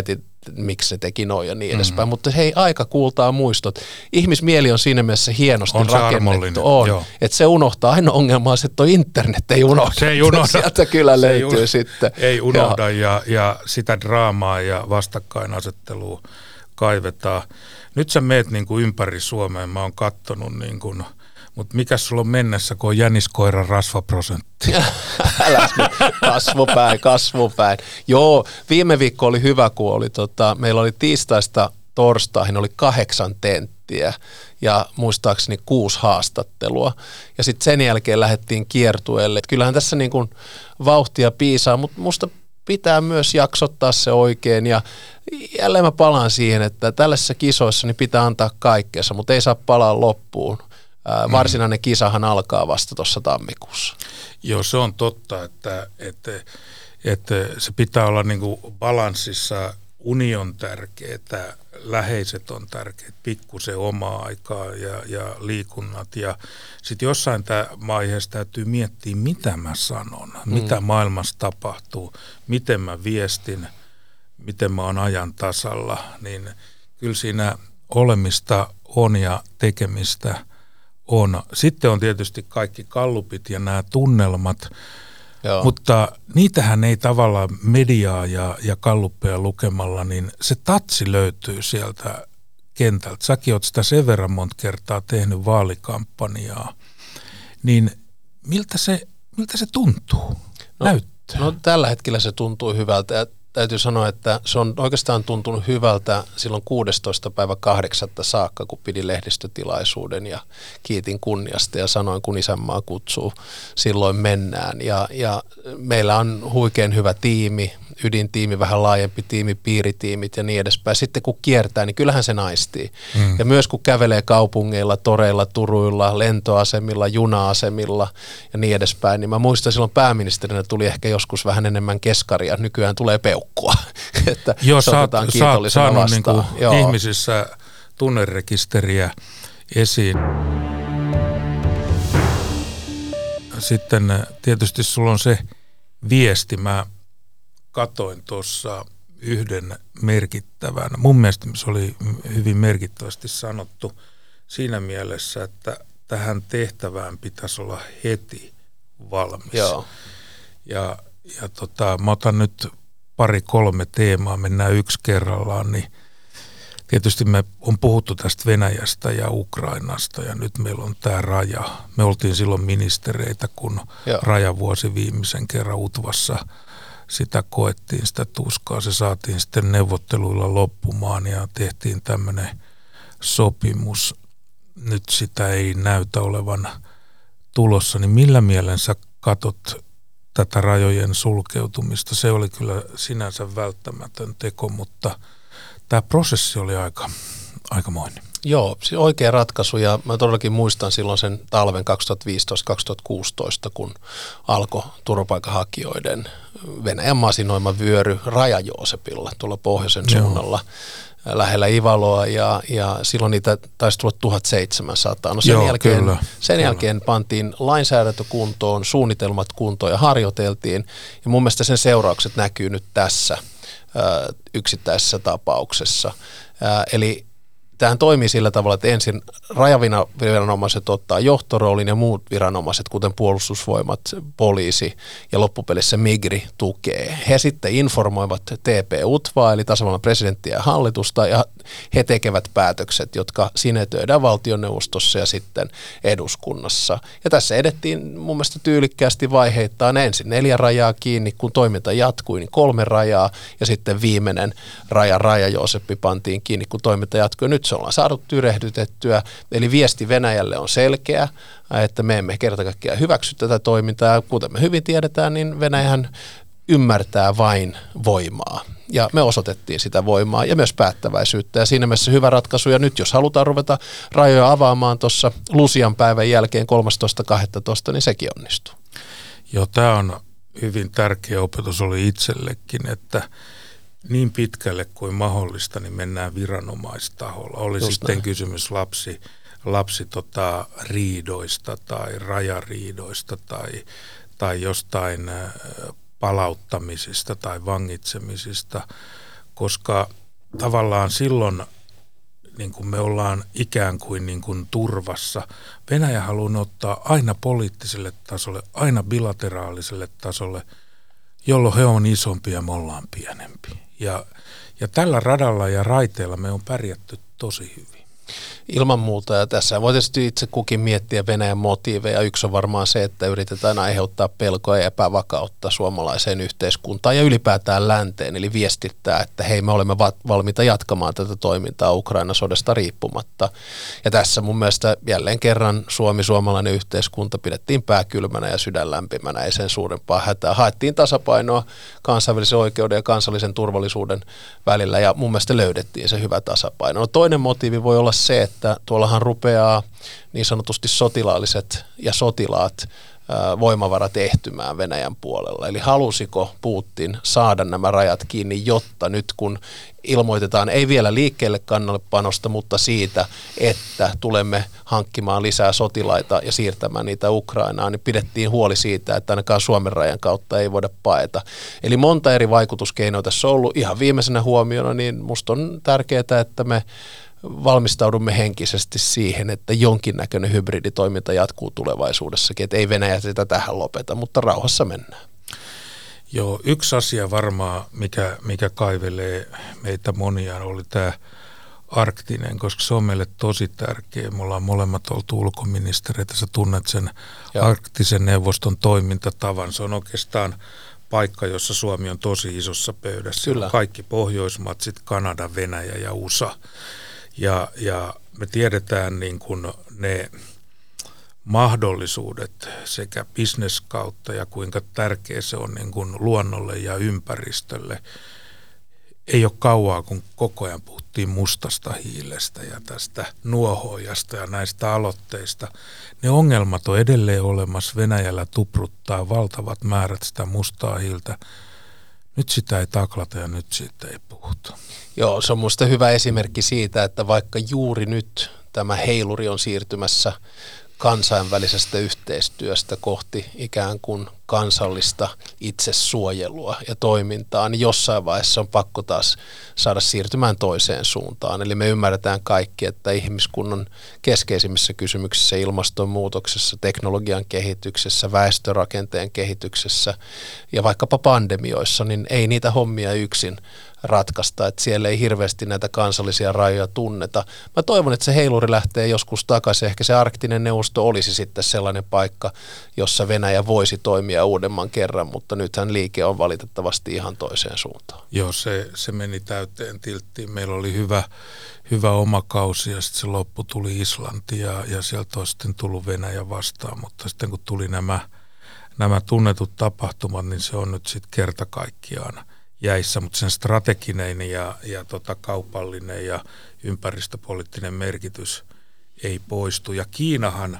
miksi se teki noin ja niin mm-hmm. edespäin. Mutta hei, aika kuultaa muistot. Ihmismieli on siinä mielessä hienosti on rakennettu. On, että se unohtaa aina ongelmaa, että tuo internet ei unohda. Se ei unohda. Sieltä kyllä se löytyy ei sitten. Ei unohda ja, ja sitä draamaa ja vastakkainasettelua kaivetaan. Nyt sä meet niin kuin ympäri Suomeen, mä oon kattonut niin kuin, mutta mikä sulla on mennessä, kun on jäniskoiran rasvaprosentti? Älä kasvupäin, kasvupäin. Joo, viime viikko oli hyvä, kun oli, tota, meillä oli tiistaista torstaihin oli kahdeksan tenttiä ja muistaakseni kuusi haastattelua. Ja sitten sen jälkeen lähdettiin kiertueelle. Et kyllähän tässä niin kuin vauhtia piisaa, mutta musta pitää myös jaksottaa se oikein ja jälleen mä palaan siihen, että tällaisissa kisoissa niin pitää antaa kaikkeensa, mutta ei saa palaa loppuun. Ää, varsinainen kisahan alkaa vasta tuossa tammikuussa. Joo, se on totta, että, että, että se pitää olla niin kuin balanssissa. Uni on tärkeää, läheiset on tärkeät, pikkusen omaa aikaa ja, ja liikunnat. Ja sitten jossain tämä vaiheessa täytyy miettiä, mitä mä sanon, mm. mitä maailmassa tapahtuu, miten mä viestin, miten mä oon ajan tasalla. Niin kyllä siinä olemista on ja tekemistä on. Sitten on tietysti kaikki gallupit ja nämä tunnelmat. Joo. Mutta niitähän ei tavallaan mediaa ja, ja galluppeja lukemalla, niin se tatsi löytyy sieltä kentältä. Säkin oot sitä sen verran monta kertaa tehnyt vaalikampanjaa. Niin miltä se, miltä se tuntuu? No, Näyttää. No tällä hetkellä se tuntuu hyvältä ja täytyy sanoa, että se on oikeastaan tuntunut hyvältä silloin kuudestoista päivä kahdeksatta saakka, kun pidin lehdistötilaisuuden ja kiitin kunniasta ja sanoin, kun isänmaa kutsuu, silloin mennään. Ja, ja meillä on huikein hyvä tiimi, ydintiimi, vähän laajempi tiimi, piiritiimit ja niin edespäin. Sitten kun kiertää, niin kyllähän se naistii. Mm. Ja myös kun kävelee kaupungeilla, toreilla, turuilla, lentoasemilla, juna-asemilla ja niin edespäin, niin mä muistan silloin pääministerinä tuli ehkä joskus vähän enemmän keskaria, nykyään tulee peukkua. Että joo, sä oot saanut niinku ihmisissä tunnerekisteriä esiin. Sitten tietysti sulla on se viesti, mä katoin tuossa yhden merkittävän, mun mielestä se oli hyvin merkittävästi sanottu siinä mielessä, että tähän tehtävään pitäisi olla heti valmis. Joo. Ja, ja tota, mä otan nyt pari kolme teemaa, mennään yksi kerrallaan, niin tietysti me on puhuttu tästä Venäjästä ja Ukrainasta ja nyt meillä on tämä raja. Me oltiin silloin ministereitä, kun Joo. rajavuosi viimeisen kerran Utvassa sitä koettiin, sitä tuskaa. Se saatiin sitten neuvotteluilla loppumaan ja tehtiin tämmöinen sopimus. Nyt sitä ei näytä olevan tulossa, niin millä mielen sä katot tätä rajojen sulkeutumista? Se oli kyllä sinänsä välttämätön teko, mutta tämä prosessi oli aika, aikamoinen. Joo, se oikea ratkaisu ja mä todellakin muistan silloin sen talven kaksituhattaviisitoista kaksituhattakuusitoista, kun alkoi turvapaikanhakijoiden Venäjän masinoima vyöry Raja-Joosepilla tuolla pohjoisen suunnalla. Joo. Lähellä Ivaloa ja, ja silloin niitä taisi tulla tuhatseitsemänsataa. No sen, Joo, jälkeen, kyllä, sen kyllä. jälkeen pantiin lainsäädäntö kuntoon, suunnitelmat kuntoon ja harjoiteltiin. Ja mun mielestä sen seuraukset näkyy nyt tässä ää, yksittäisessä tapauksessa. Ää, eli tämähän toimii sillä tavalla, että ensin rajaviranomaiset ottaa johtoroolin ja muut viranomaiset, kuten puolustusvoimat, poliisi ja loppupelissä Migri tukee. He sitten informoivat T P-UTVaa eli tasavallan presidenttiä ja hallitusta ja he tekevät päätökset, jotka sinetöidään valtioneuvostossa ja sitten eduskunnassa. Ja tässä edettiin mun mielestä tyylikkäästi vaiheittain ensin neljä rajaa kiinni, kun toiminta jatkui, niin kolme rajaa ja sitten viimeinen raja, Raja-Jooseppi pantiin kiinni, kun toiminta jatkui. Nyt se ollaan saatu tyrehdytettyä, eli viesti Venäjälle on selkeä, että me emme kerta kaikkiaan hyväksy tätä toimintaa. Kuten me hyvin tiedetään, niin Venäjähän ymmärtää vain voimaa. Ja me osoitettiin sitä voimaa ja myös päättäväisyyttä. Ja siinä mielessä hyvä ratkaisu. Ja nyt jos halutaan ruveta rajoja avaamaan tuossa Lucian päivän jälkeen kolmastoista kahdestoista, niin sekin onnistuu. Joo, tämä on hyvin tärkeä opetus oli itsellekin, että niin pitkälle kuin mahdollista, niin mennään viranomaistaholla. Oli Just sitten näin. kysymys lapsi, lapsi tota, riidoista tai rajariidoista tai, tai jostain palauttamisista tai vangitsemisista, koska tavallaan silloin niin kuin me ollaan ikään kuin, niin kuin turvassa. Venäjä haluaa ottaa aina poliittiselle tasolle, aina bilateraaliselle tasolle, jolloin he on isompi ja me ollaan pienempi. Ja, ja tällä radalla ja raiteella me on pärjätty tosi hyvin. Ilman muuta, ja tässä voi tietysti itse kukin miettiä Venäjän motiiveja. Yksi on varmaan se, että yritetään aiheuttaa pelkoa ja epävakautta suomalaiseen yhteiskuntaan ja ylipäätään länteen, eli viestittää, että hei, me olemme valmiita jatkamaan tätä toimintaa Ukraina-sodasta riippumatta. Ja tässä mun mielestä jälleen kerran Suomi, suomalainen yhteiskunta pidettiin pääkylmänä ja sydän lämpimänä, ei sen suurempaa hätää. Haettiin tasapainoa kansainvälisen oikeuden ja kansallisen turvallisuuden välillä, ja mun mielestä löydettiin se hyvä tasapaino. No, toinen motiivi voi olla se, että tuollahan rupeaa niin sanotusti sotilaalliset ja sotilaat ää, voimavarat ehtymään Venäjän puolella. Eli halusiko Putin saada nämä rajat kiinni, jotta nyt kun ilmoitetaan, ei vielä liikkeelle kannallepanosta, mutta siitä, että tulemme hankkimaan lisää sotilaita ja siirtämään niitä Ukrainaan, niin pidettiin huoli siitä, että ainakaan Suomen rajan kautta ei voida paeta. Eli monta eri vaikutuskeinoa tässä on ollut. Ihan viimeisenä huomiona, niin musta on tärkeää, että me valmistaudumme henkisesti siihen, että jonkinnäköinen hybriditoiminta jatkuu tulevaisuudessakin, että ei Venäjä sitä tähän lopeta, mutta rauhassa mennään. Joo, yksi asia varmaan, mikä, mikä kaivelee meitä monia, oli tämä arktinen, koska se on meille tosi tärkeä. Me ollaan molemmat oltu ulkoministereitä, sä tunnet sen Joo. arktisen neuvoston toimintatavan. Se on oikeastaan paikka, jossa Suomi on tosi isossa pöydässä. Kyllä. Kaikki Pohjoismaat, sitten Kanada, Venäjä ja U S A. Ja, ja me tiedetään niin kuin ne mahdollisuudet sekä business kautta ja kuinka tärkeä se on niin kuin luonnolle ja ympäristölle. Ei ole kauaa, kun koko ajan puhuttiin mustasta hiilestä ja tästä nuohoojasta ja näistä aloitteista. Ne ongelmat on edelleen olemassa. Venäjällä tupruttaa valtavat määrät sitä mustaa hiiltä. Nyt sitä ei taklata ja nyt siitä ei puhuta. Joo, se on minusta hyvä esimerkki siitä, että vaikka juuri nyt tämä heiluri on siirtymässä kansainvälisestä yhteistyöstä kohti ikään kuin kansallista itsesuojelua ja toimintaa, niin jossain vaiheessa on pakko taas saada siirtymään toiseen suuntaan. Eli me ymmärretään kaikki, että ihmiskunnan keskeisimmissä kysymyksissä, ilmastonmuutoksessa, teknologian kehityksessä, väestörakenteen kehityksessä ja vaikkapa pandemioissa, niin ei niitä hommia yksin ratkaista, että siellä ei hirveästi näitä kansallisia rajoja tunneta. Mä toivon, että se heiluri lähtee joskus takaisin. Ehkä se arktinen neuvosto olisi sitten sellainen paikka, jossa Venäjä voisi toimia uudemman kerran, mutta nythän liike on valitettavasti ihan toiseen suuntaan. Joo, se, se meni täyteen tilttiin. Meillä oli hyvä, hyvä oma kausi ja sitten se loppu tuli Islanti ja, ja sieltä on sitten tullut Venäjä vastaan, mutta sitten kun tuli nämä, nämä tunnetut tapahtumat, niin se on nyt sitten kerta kaikkiaan jäissä, mutta sen strateginen ja, ja tota kaupallinen ja ympäristöpoliittinen merkitys ei poistu. Ja Kiinahan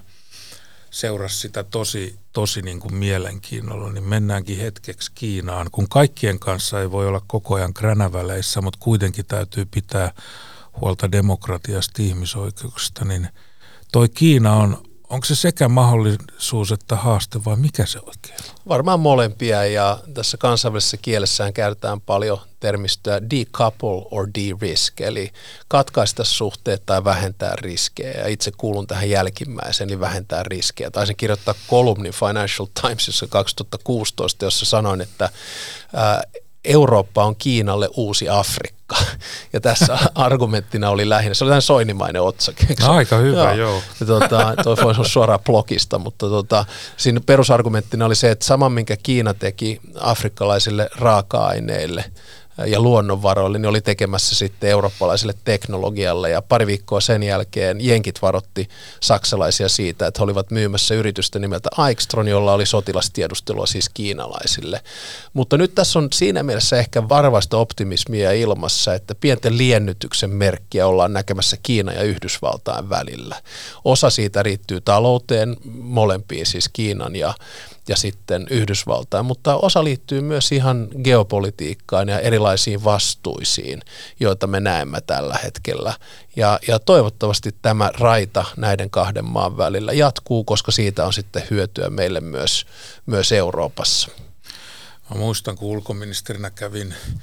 seurasi sitä tosi, tosi niin kuin mielenkiinnolla, niin mennäänkin hetkeksi Kiinaan, kun kaikkien kanssa ei voi olla koko ajan kränäväleissä, mutta kuitenkin täytyy pitää huolta demokratiasta, ihmisoikeuksista, niin toi Kiina on, onko se sekä mahdollisuus että haaste vai mikä se oikein on? Varmaan molempia, ja tässä kansainvälisessä kielessään käytetään paljon termistöä decouple or de-risk, eli katkaista suhteet tai vähentää riskejä, ja itse kuulun tähän jälkimmäiseen, eli vähentää riskejä. Taisin kirjoittaa kolumnin Financial Timesissa kaksituhattakuusitoista, jossa sanoin, että ää, Eurooppa on Kiinalle uusi Afrikka. Ja tässä argumenttina oli lähinnä, se oli tämmöinen soinimainen otsake. Aika hyvä, joo. joo. Tota, toi voisi olla suoraan blogista, mutta tota, siinä perusargumenttina oli se, että sama minkä Kiina teki afrikkalaisille raaka-aineille ja luonnonvaroille, niin oli tekemässä sitten eurooppalaiselle teknologialle, ja pari viikkoa sen jälkeen jenkit varoitti saksalaisia siitä, että he olivat myymässä yritystä nimeltä Aixtron, jolla oli sotilastiedustelua siis kiinalaisille. Mutta nyt tässä on siinä mielessä ehkä varovaista optimismia ilmassa, että pienten liennytyksen merkkiä ollaan näkemässä Kiina ja Yhdysvaltain välillä. Osa siitä riittyy talouteen, molempiin siis Kiinan ja ja sitten Yhdysvaltain, mutta osa liittyy myös ihan geopolitiikkaan ja erilaisiin vastuisiin, joita me näemme tällä hetkellä. Ja, ja toivottavasti tämä raita näiden kahden maan välillä jatkuu, koska siitä on sitten hyötyä meille myös, myös Euroopassa. Mä muistan, kun ulkoministerinä kävin,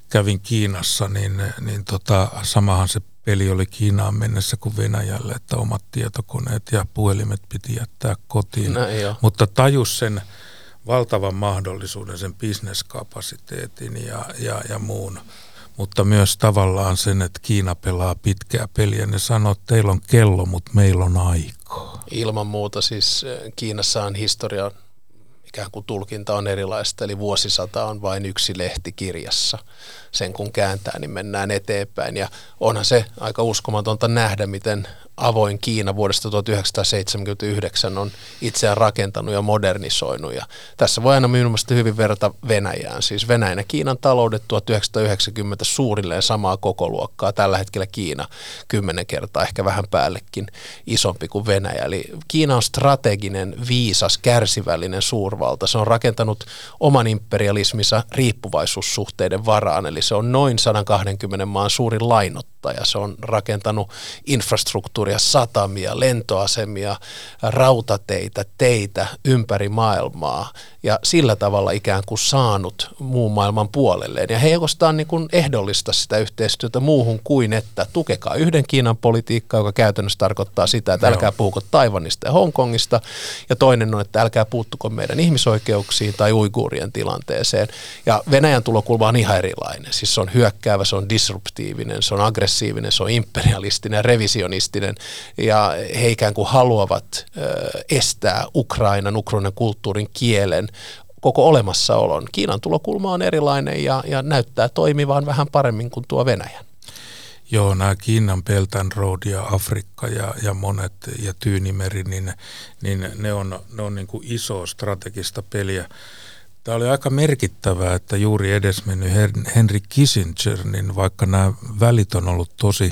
kävin Kiinassa, niin, niin tota, samahan se peli oli Kiinaan mennessä kuin Venäjälle, että omat tietokoneet ja puhelimet piti jättää kotiin. Mutta tajus sen valtavan mahdollisuuden, sen bisneskapasiteetin ja, ja, ja muun. Mutta myös tavallaan sen, että Kiina pelaa pitkää peliä. Ne sanoo, että teillä on kello, mutta meillä on aikaa. Ilman muuta siis Kiinassa on historia, ikään kuin tulkinta on erilaista, eli vuosisata on vain yksi lehti kirjassa. Sen kun kääntää, niin mennään eteenpäin. Ja onhan se aika uskomatonta nähdä, miten avoin Kiina vuodesta tuhatyhdeksänsataaseitsemänkymmentäyhdeksän on itseään rakentanut ja modernisoinut. Ja tässä voi aina minun mielestä hyvin verrata Venäjään. Siis Venäjän ja Kiinan taloudet tuhatyhdeksänsataayhdeksänkymmentä suurilleen samaa kokoluokkaa. Tällä hetkellä Kiina kymmenen kertaa, ehkä vähän päällekin isompi kuin Venäjä. Eli Kiina on strateginen, viisas, kärsivällinen suurvalta. Se on rakentanut oman imperialisminsa riippuvaisuussuhteiden varaan. Eli se on noin sata kaksikymmentä maan suurin lainottaja. Se on rakentanut infrastruktuuria, satamia, lentoasemia, rautateitä, teitä ympäri maailmaa ja sillä tavalla ikään kuin saanut muun maailman puolelleen. Ja he ei oikeastaan niin kuin ehdollista sitä yhteistyötä muuhun kuin, että tukekaa yhden Kiinan politiikkaa, joka käytännössä tarkoittaa sitä, että älkää puhuko Taiwanista ja Hongkongista, ja toinen on, että älkää puuttuko meidän ihmisoikeuksiin tai uiguurien tilanteeseen. Ja Venäjän tulokulma on ihan erilainen. Siis se on hyökkäävä, se on disruptiivinen, se on aggressiivinen, se on imperialistinen, revisionistinen, ja he ikään kuin haluavat ö, estää Ukrainan, Ukrainan kulttuurin, kielen, koko olemassaolon. Kiinan tulokulma on erilainen ja, ja näyttää toimivan vähän paremmin kuin tuo Venäjän. Joo, nämä Kiinan Belt and Road ja Afrikka ja, ja monet ja Tyynimeri, niin, niin ne on, ne on niin kuin iso strategista peliä. Tämä oli aika merkittävää, että juuri edesmennyt Henry Kissinger, niin vaikka nämä välit on ollut tosi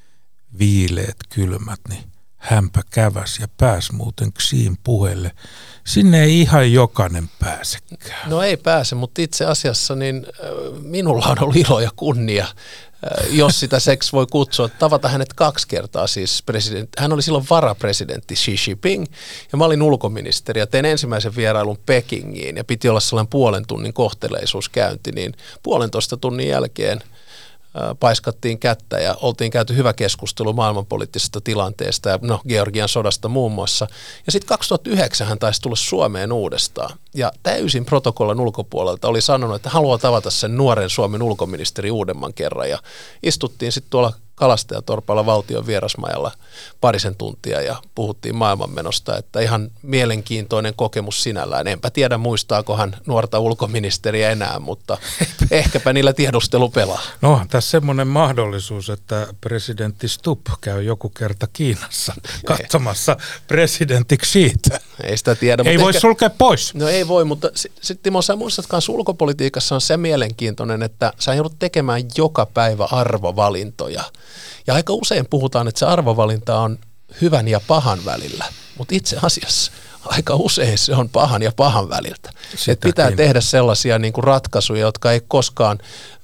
viileät, kylmät, niin hänpä käväs ja pääsi muuten Xiin puheelle. Sinne ei ihan jokainen pääsekään. No ei pääse, mutta itse asiassa niin minulla on ollut ilo ja kunnia, jos sitä seksi voi kutsua, tavata hänet kaksi kertaa. Siis president, hän oli silloin varapresidentti Xi Jinping ja mä olin ulkoministeri ja tein ensimmäisen vierailun Pekingiin ja piti olla sellainen puolen tunnin kohteleisuuskäynti, niin puolentoista tunnin jälkeen paiskattiin kättä ja oltiin käyty hyvä keskustelu maailmanpoliittisesta tilanteesta ja no, Georgian sodasta muun muassa. Ja sitten kaksituhattayhdeksän hän taisi tulla Suomeen uudestaan ja täysin protokollan ulkopuolelta oli sanonut, että haluaa tavata sen nuoren Suomen ulkoministeri uudemman kerran ja istuttiin sitten tuolla Kalastajatorpalla valtion vierasmajalla parisen tuntia ja puhuttiin maailmanmenosta, että ihan mielenkiintoinen kokemus sinällään. Enpä tiedä muistaakohan nuorta ulkoministeriä enää, mutta ehkäpä niillä tiedustelu pelaa. No tässä semmoinen mahdollisuus, että presidentti Stubb käy joku kerta Kiinassa katsomassa presidentti Xiitä. Ei sitä tiedä. Ei voi ehkä sulkea pois. No ei voi, mutta sitten Timo, sä muistat kanssa ulkopolitiikassa on se mielenkiintoinen, että sä joudut tekemään joka päivä arvovalintoja. Ja aika usein puhutaan, että se arvovalinta on hyvän ja pahan välillä, mutta itse asiassa aika usein se on pahan ja pahan väliltä. Että pitää tehdä sellaisia niin kuin ratkaisuja, jotka ei koskaan,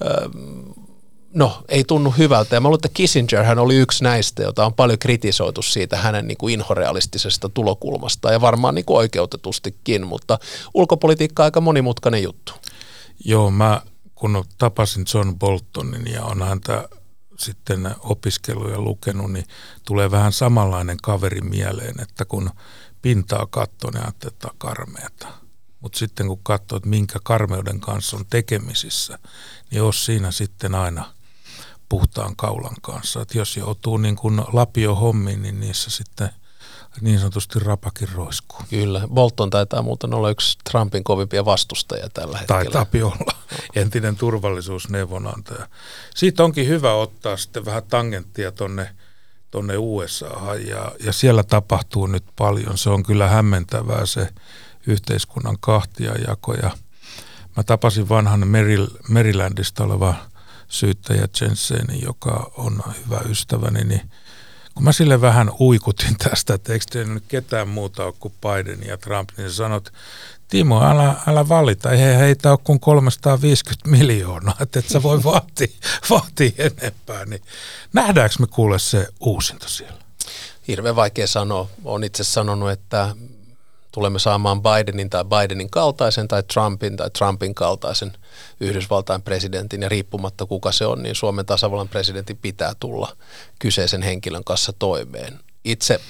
no ei tunnu hyvältä. Ja mä luulen, että Kissinger hän oli yksi näistä, jota on paljon kritisoitu siitä hänen niin kuin inhorealistisesta tulokulmasta ja varmaan niin kuin oikeutetustikin, mutta ulkopolitiikka on aika monimutkainen juttu. Joo, mä kun tapasin John Boltonin ja on häntä sitten opiskellut ja lukenut, niin tulee vähän samanlainen kaveri mieleen, että kun pintaa katsoo, niin ajattelee, että karmeata. Mutta sitten kun katsoo, että minkä karmeuden kanssa on tekemisissä, niin olisi siinä sitten aina puhtaan kaulan kanssa. Että jos joutuu niin kuin lapio hommiin, niin niissä sitten niin sanotusti rapakin roiskuu. Kyllä. Bolton taitaa muuten olla yksi Trumpin kovimpia vastustajia tällä hetkellä. Taitaapi olla. Entinen turvallisuusneuvonantaja. Siitä onkin hyvä ottaa sitten vähän tangenttia tonne, tonne U S A:han ja, ja siellä tapahtuu nyt paljon. Se on kyllä hämmentävää se yhteiskunnan kahtiajako. Ja mä tapasin vanhan Marylandista oleva syyttäjä Jensenin, joka on hyvä ystäväni, niin kun mä sille vähän uikutin tästä, että eikö teillä nyt ketään muuta ole kuin Biden ja Trump, niin sä sanot, Timo, älä, älä valita, ei heitä ole kuin kolmesataaviisikymmentä miljoonaa, että et sä voi vaatia, vaatia enempää. Niin nähdäänkö me kuule se uusinta siellä? Hirveän vaikea sanoa. Olen itse sanonut, että tulemme saamaan Bidenin tai Bidenin kaltaisen tai Trumpin tai Trumpin kaltaisen Yhdysvaltain presidentin, ja riippumatta kuka se on, niin Suomen tasavallan presidentin pitää tulla kyseisen henkilön kanssa toimeen. Itse,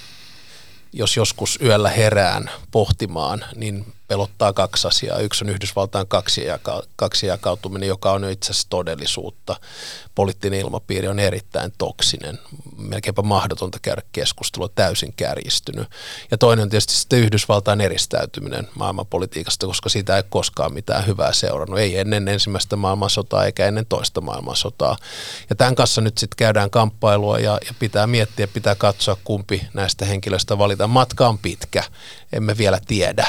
jos joskus yöllä herään pohtimaan, niin pelottaa kaksi asiaa. Yksi on Yhdysvaltain kaksijakautuminen, joka on itse asiassa todellisuutta. Poliittinen ilmapiiri on erittäin toksinen, melkeinpä mahdotonta käydä keskustelua, täysin kärjistynyt. Ja toinen on tietysti sitten Yhdysvaltain eristäytyminen maailmanpolitiikasta, koska siitä ei koskaan mitään hyvää seurannut. Ei ennen ensimmäistä maailmansotaa eikä ennen toista maailmansotaa. Ja tämän kanssa nyt sitten käydään kamppailua ja, ja pitää miettiä, pitää katsoa, kumpi näistä henkilöistä valitaan. Matka on pitkä, emme vielä tiedä.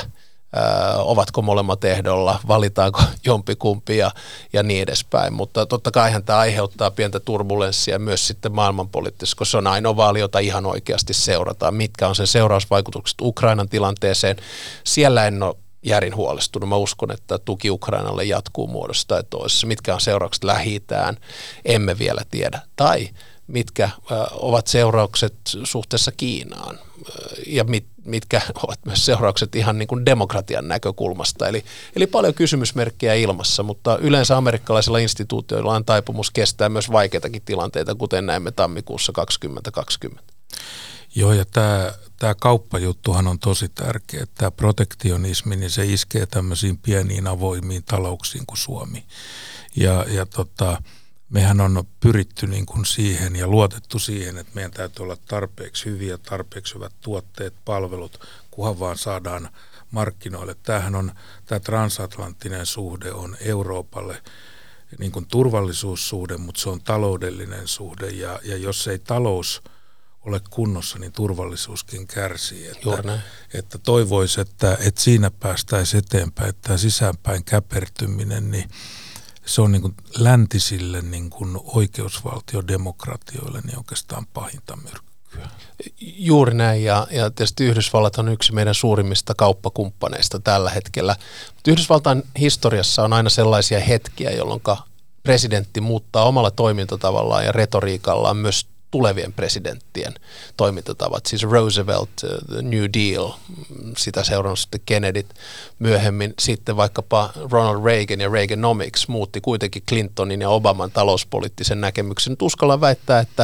Ö, ovatko molemmat ehdolla, valitaanko jompikumpi ja, ja niin edespäin, mutta totta kaihan tämä aiheuttaa pientä turbulenssia myös sitten maailmanpoliittisesti, koska se on ainoa vaali, jota ihan oikeasti seurataan, mitkä on sen seurausvaikutukset Ukrainan tilanteeseen. Siellä en ole järin huolestunut, mä uskon, että tuki Ukrainalle jatkuu muodossa tai toisessa, mitkä on seuraukset Lähi-itään, emme vielä tiedä, tai mitkä äh, ovat seuraukset suhteessa Kiinaan ja mit, mitkä ovat myös seuraukset ihan niin kuin demokratian näkökulmasta. Eli, eli paljon kysymysmerkkejä ilmassa, mutta yleensä amerikkalaisilla instituutioilla on taipumus kestää myös vaikeitakin tilanteita, kuten näimme tammikuussa kaksituhattakaksikymmentä. Joo, ja tämä, tämä kauppajuttuhan on tosi tärkeä. Tämä protektionismi, niin se iskee tämmöisiin pieniin avoimiin talouksiin kuin Suomi. Ja, ja tota... Mehän on pyritty niin kuin siihen ja luotettu siihen, että meidän täytyy olla tarpeeksi hyviä, tarpeeksi hyvät tuotteet, palvelut, kunhan vaan saadaan markkinoille. Tämähän on, tämä transatlanttinen suhde on Euroopalle niin kuin turvallisuussuhde, mutta se on taloudellinen suhde, ja, ja jos ei talous ole kunnossa, niin turvallisuuskin kärsii. Että, että toivoisi, että, että siinä päästäisiin eteenpäin, että tämä sisäänpäin käpertyminen, niin se on niin kuin läntisille niin kuin oikeusvaltiodemokratioille niin oikeastaan pahinta myrkkyä. Juuri näin, ja, ja tietysti Yhdysvallat on yksi meidän suurimmista kauppakumppaneista tällä hetkellä. Mutta Yhdysvaltain historiassa on aina sellaisia hetkiä, jolloin presidentti muuttaa omalla toimintatavallaan ja retoriikallaan myös tulevien presidenttien toimintatavat. Siis Roosevelt, the New Deal, sitä seurannut sitten Kennedy myöhemmin. Sitten vaikkapa Ronald Reagan ja Reaganomics muutti kuitenkin Clintonin ja Obaman talouspoliittisen näkemyksen. Nyt uskallan väittää, että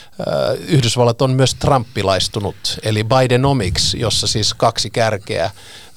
Yhdysvallat on myös trumpilaistunut, eli Bidenomics, jossa siis kaksi kärkeä,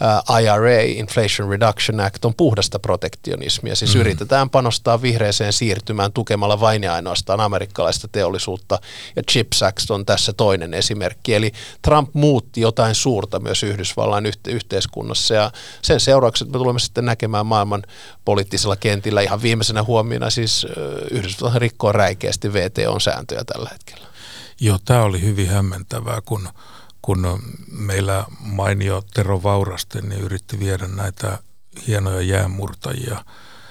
I R A, Inflation Reduction Act, on puhdasta protektionismia. Siis mm. yritetään panostaa vihreäseen siirtymään tukemalla vain ja ainoastaan amerikkalaista teollisuutta, ja CHIPS Act on tässä toinen esimerkki. Eli Trump muutti jotain suurta myös Yhdysvallan yhte- yhteiskunnassa, ja sen seuraukset me tulemme sitten näkemään maailman poliittisella kentillä. Ihan viimeisenä huomiona siis Yhdysvallat rikkoo räikeästi V T O-sääntöjä tällä hetkellä. Joo, tämä oli hyvin hämmentävää, kun, kun meillä mainio Tero Vaurasten niin yritti viedä näitä hienoja jäänmurtajia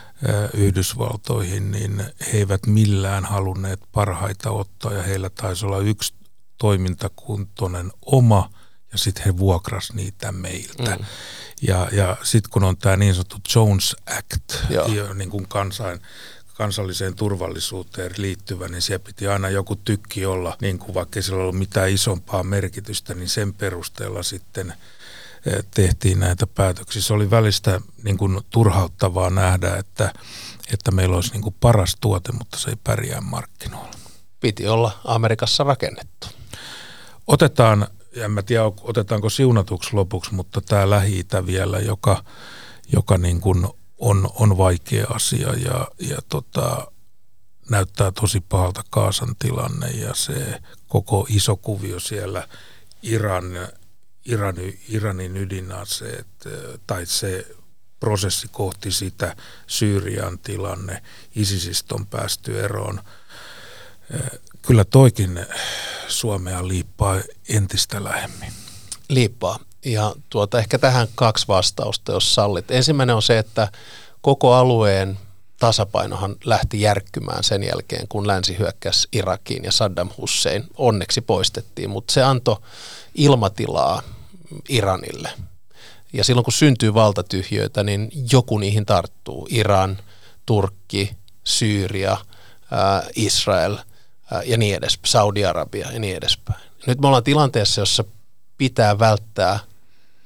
Yhdysvaltoihin, niin he eivät millään halunneet parhaita ottaa, ja heillä taisi olla yksi toimintakuntoinen oma, ja sitten he vuokras niitä meiltä. Mm. Ja, ja sitten kun on tämä niin sanottu Jones Act, ja, niin kuin kansain, kansalliseen turvallisuuteen liittyvä, niin siellä piti aina joku tykki olla, niin kuin vaikka ei sillä ollut mitään isompaa merkitystä, niin sen perusteella sitten tehtiin näitä päätöksiä. Se oli välistä niin kuin turhauttavaa nähdä, että, että meillä olisi niin kuin paras tuote, mutta se ei pärjää markkinoilla. Piti olla Amerikassa rakennettu. Otetaan, en mä tiedä otetaanko siunatuksi lopuksi, mutta tämä Lähi-Itä vielä, joka, joka niin kuin on, on vaikea asia ja, ja tota, näyttää tosi pahalta Gazan tilanne ja se koko iso kuvio siellä Iran, Iran, Iranin ydinaseet tai se prosessi kohti sitä, Syyrian tilanne, ISISistä on päästy eroon. Kyllä toikin Suomea liippaa entistä lähemmin. Liippaa. Ja tuota, ehkä tähän kaksi vastausta, jos sallit. Ensimmäinen on se, että koko alueen tasapainohan lähti järkkymään sen jälkeen, kun länsi hyökkäsi Irakiin ja Saddam Hussein onneksi poistettiin, mutta se antoi ilmatilaa Iranille. Ja silloin kun syntyy valtatyhjöitä, niin joku niihin tarttuu. Iran, Turkki, Syyria, ää, Israel ää, ja niin edespäin, Saudi-Arabia ja niin edespäin. Nyt me ollaan tilanteessa, jossa pitää välttää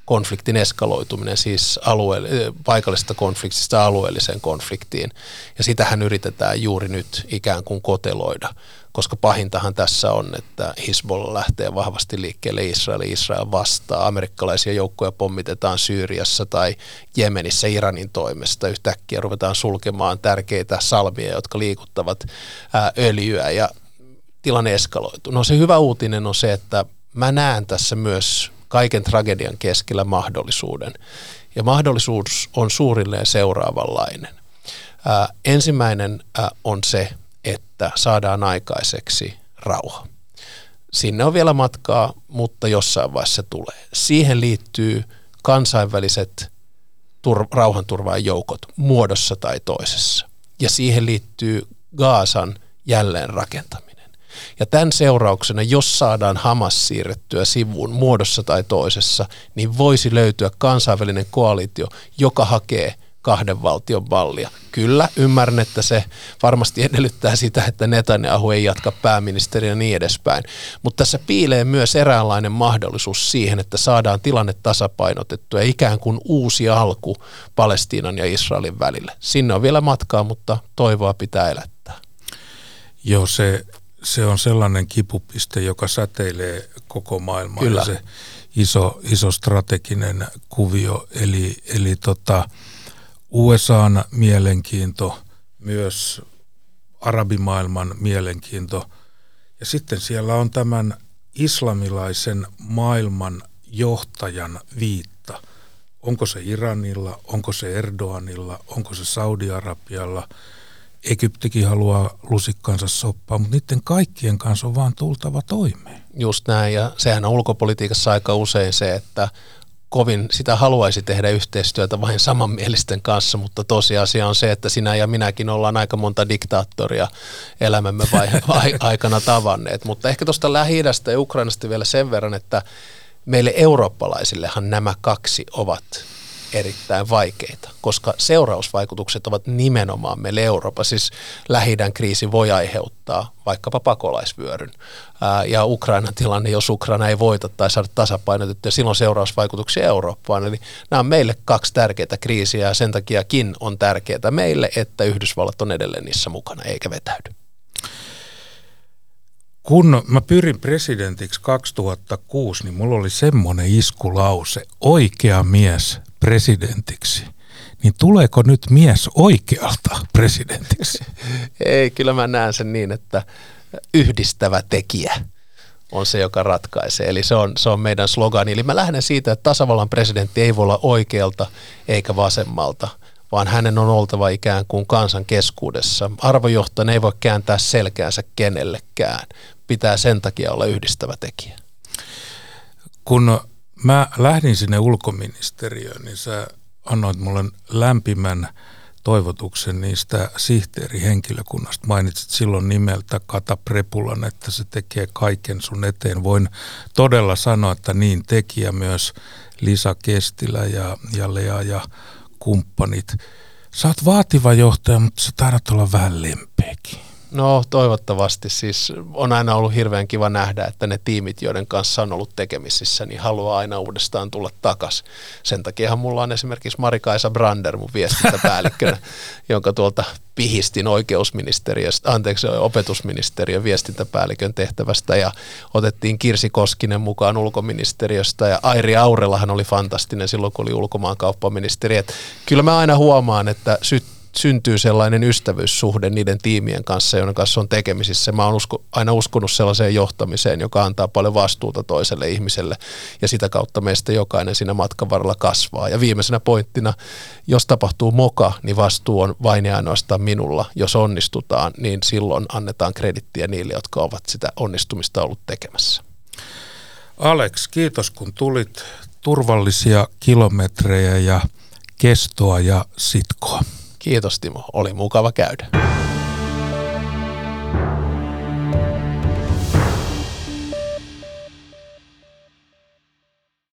konfliktin eskaloituminen, siis alue- paikallisesta konfliktista alueelliseen konfliktiin. Ja sitähän yritetään juuri nyt ikään kuin koteloida, koska pahintahan tässä on, että Hizbollah lähtee vahvasti liikkeelle Israelin, Israel vastaa, amerikkalaisia joukkoja pommitetaan Syyriassa tai Jemenissä Iranin toimesta, yhtäkkiä ruvetaan sulkemaan tärkeitä salmia, jotka liikuttavat ää, öljyä ja tilanne eskaloituu. No se hyvä uutinen on se, että mä näen tässä myös kaiken tragedian keskellä mahdollisuuden. Ja mahdollisuus on suurilleen seuraavanlainen. Ää, ensimmäinen ää, on se, että saadaan aikaiseksi rauha. Sinne on vielä matkaa, mutta jossain vaiheessa se tulee. Siihen liittyy kansainväliset tur- rauhanturvaajoukot muodossa tai toisessa. Ja siihen liittyy Gazan jälleenrakentaminen. Ja tämän seurauksena, jos saadaan Hamas siirrettyä sivuun muodossa tai toisessa, niin voisi löytyä kansainvälinen koalitio, joka hakee kahden valtion mallia. Kyllä, ymmärrän, että se varmasti edellyttää sitä, että Netanyahu ei jatka pääministeriä ja niin edespäin. Mutta tässä piilee myös eräänlainen mahdollisuus siihen, että saadaan tilanne tasapainotettua ja ikään kuin uusi alku Palestiinan ja Israelin välillä. Sinne on vielä matkaa, mutta toivoa pitää elättää. Joo, se, se on sellainen kipupiste, joka säteilee koko maailmaan. Kyllä. Ja se iso, iso strateginen kuvio, eli, eli tota, U S A:n mielenkiinto, myös arabimaailman mielenkiinto. Ja sitten siellä on tämän islamilaisen maailman johtajan viitta. Onko se Iranilla, onko se Erdoganilla, onko se Saudi-Arabialla. Egyptikin haluaa lusikkansa soppaa, mutta niiden kaikkien kanssa on vaan tultava toimeen. Just näin, ja sehän on ulkopolitiikassa aika usein se, että kovin sitä haluaisi tehdä yhteistyötä vain samanmielisten kanssa, mutta tosiasia on se, että sinä ja minäkin ollaan aika monta diktaattoria elämämme vai, vai, aikana tavanneet. Mutta ehkä tuosta Lähi-idästä ja Ukrainasta vielä sen verran, että meille eurooppalaisillehan nämä kaksi ovat erittäin vaikeita, koska seurausvaikutukset ovat nimenomaan meille Euroopassa. Siis Lähi-idän kriisi voi aiheuttaa vaikkapa pakolaisvyöryn ää, ja Ukrainan tilanne, jos Ukraina ei voita tai saada tasapainotettua, silloin seurausvaikutuksia Eurooppaan. Eli nämä on meille kaksi tärkeää kriisiä ja sen takiakin on tärkeää meille, että Yhdysvallat on edelleen niissä mukana eikä vetäydy. Kun mä pyrin presidentiksi kaksituhattakuusi, niin mulla oli semmoinen iskulause, oikea mies presidentiksi. Niin tuleeko nyt mies oikealta presidentiksi? Ei, kyllä mä näen sen niin, että yhdistävä tekijä on se, joka ratkaisee. Eli se on, se on meidän slogani. Eli mä lähden siitä, että tasavallan presidentti ei voi olla oikealta eikä vasemmalta, vaan hänen on oltava ikään kuin kansan keskuudessa. Arvojohtajan ei voi kääntää selkäänsä kenellekään. Pitää sen takia olla yhdistävä tekijä. Kun mä lähdin sinne ulkoministeriöön, niin sä annoit mulle lämpimän toivotuksen niistä sihteerihenkilökunnasta. Mainitsit silloin nimeltä Kata Prepulan, että se tekee kaiken sun eteen. Voin todella sanoa, että niin teki ja myös Lisa Kestilä ja, ja Lea ja kumppanit. Sä oot vaativa johtaja, mutta sä taidat olla vähän lempeäkin. No toivottavasti. Siis on aina ollut hirveän kiva nähdä, että ne tiimit, joiden kanssa on ollut tekemisissä, niin haluaa aina uudestaan tulla takaisin. Sen takiahan mulla on esimerkiksi Mari-Kaisa Brander mun viestintäpäällikkönä, jonka tuolta pihistin oikeusministeriöstä, anteeksi opetusministeriön viestintäpäällikön tehtävästä ja otettiin Kirsi Koskinen mukaan ulkoministeriöstä ja Airi Aurelahan oli fantastinen silloin, kun oli ulkomaankauppaministeri. Et kyllä mä aina huomaan, että syt syntyy sellainen ystävyyssuhde niiden tiimien kanssa, joiden kanssa on tekemisissä. Mä oon usko, aina uskonut sellaiseen johtamiseen, joka antaa paljon vastuuta toiselle ihmiselle ja sitä kautta meistä jokainen siinä matkan varrella kasvaa. Ja viimeisenä pointtina, jos tapahtuu moka, niin vastuu on vain ja ainoastaan minulla. Jos onnistutaan, niin silloin annetaan kredittiä niille, jotka ovat sitä onnistumista ollut tekemässä. Alex, kiitos kun tulit. Turvallisia kilometrejä ja kestoa ja sitkoa. Kiitos Timo, oli mukava käydä.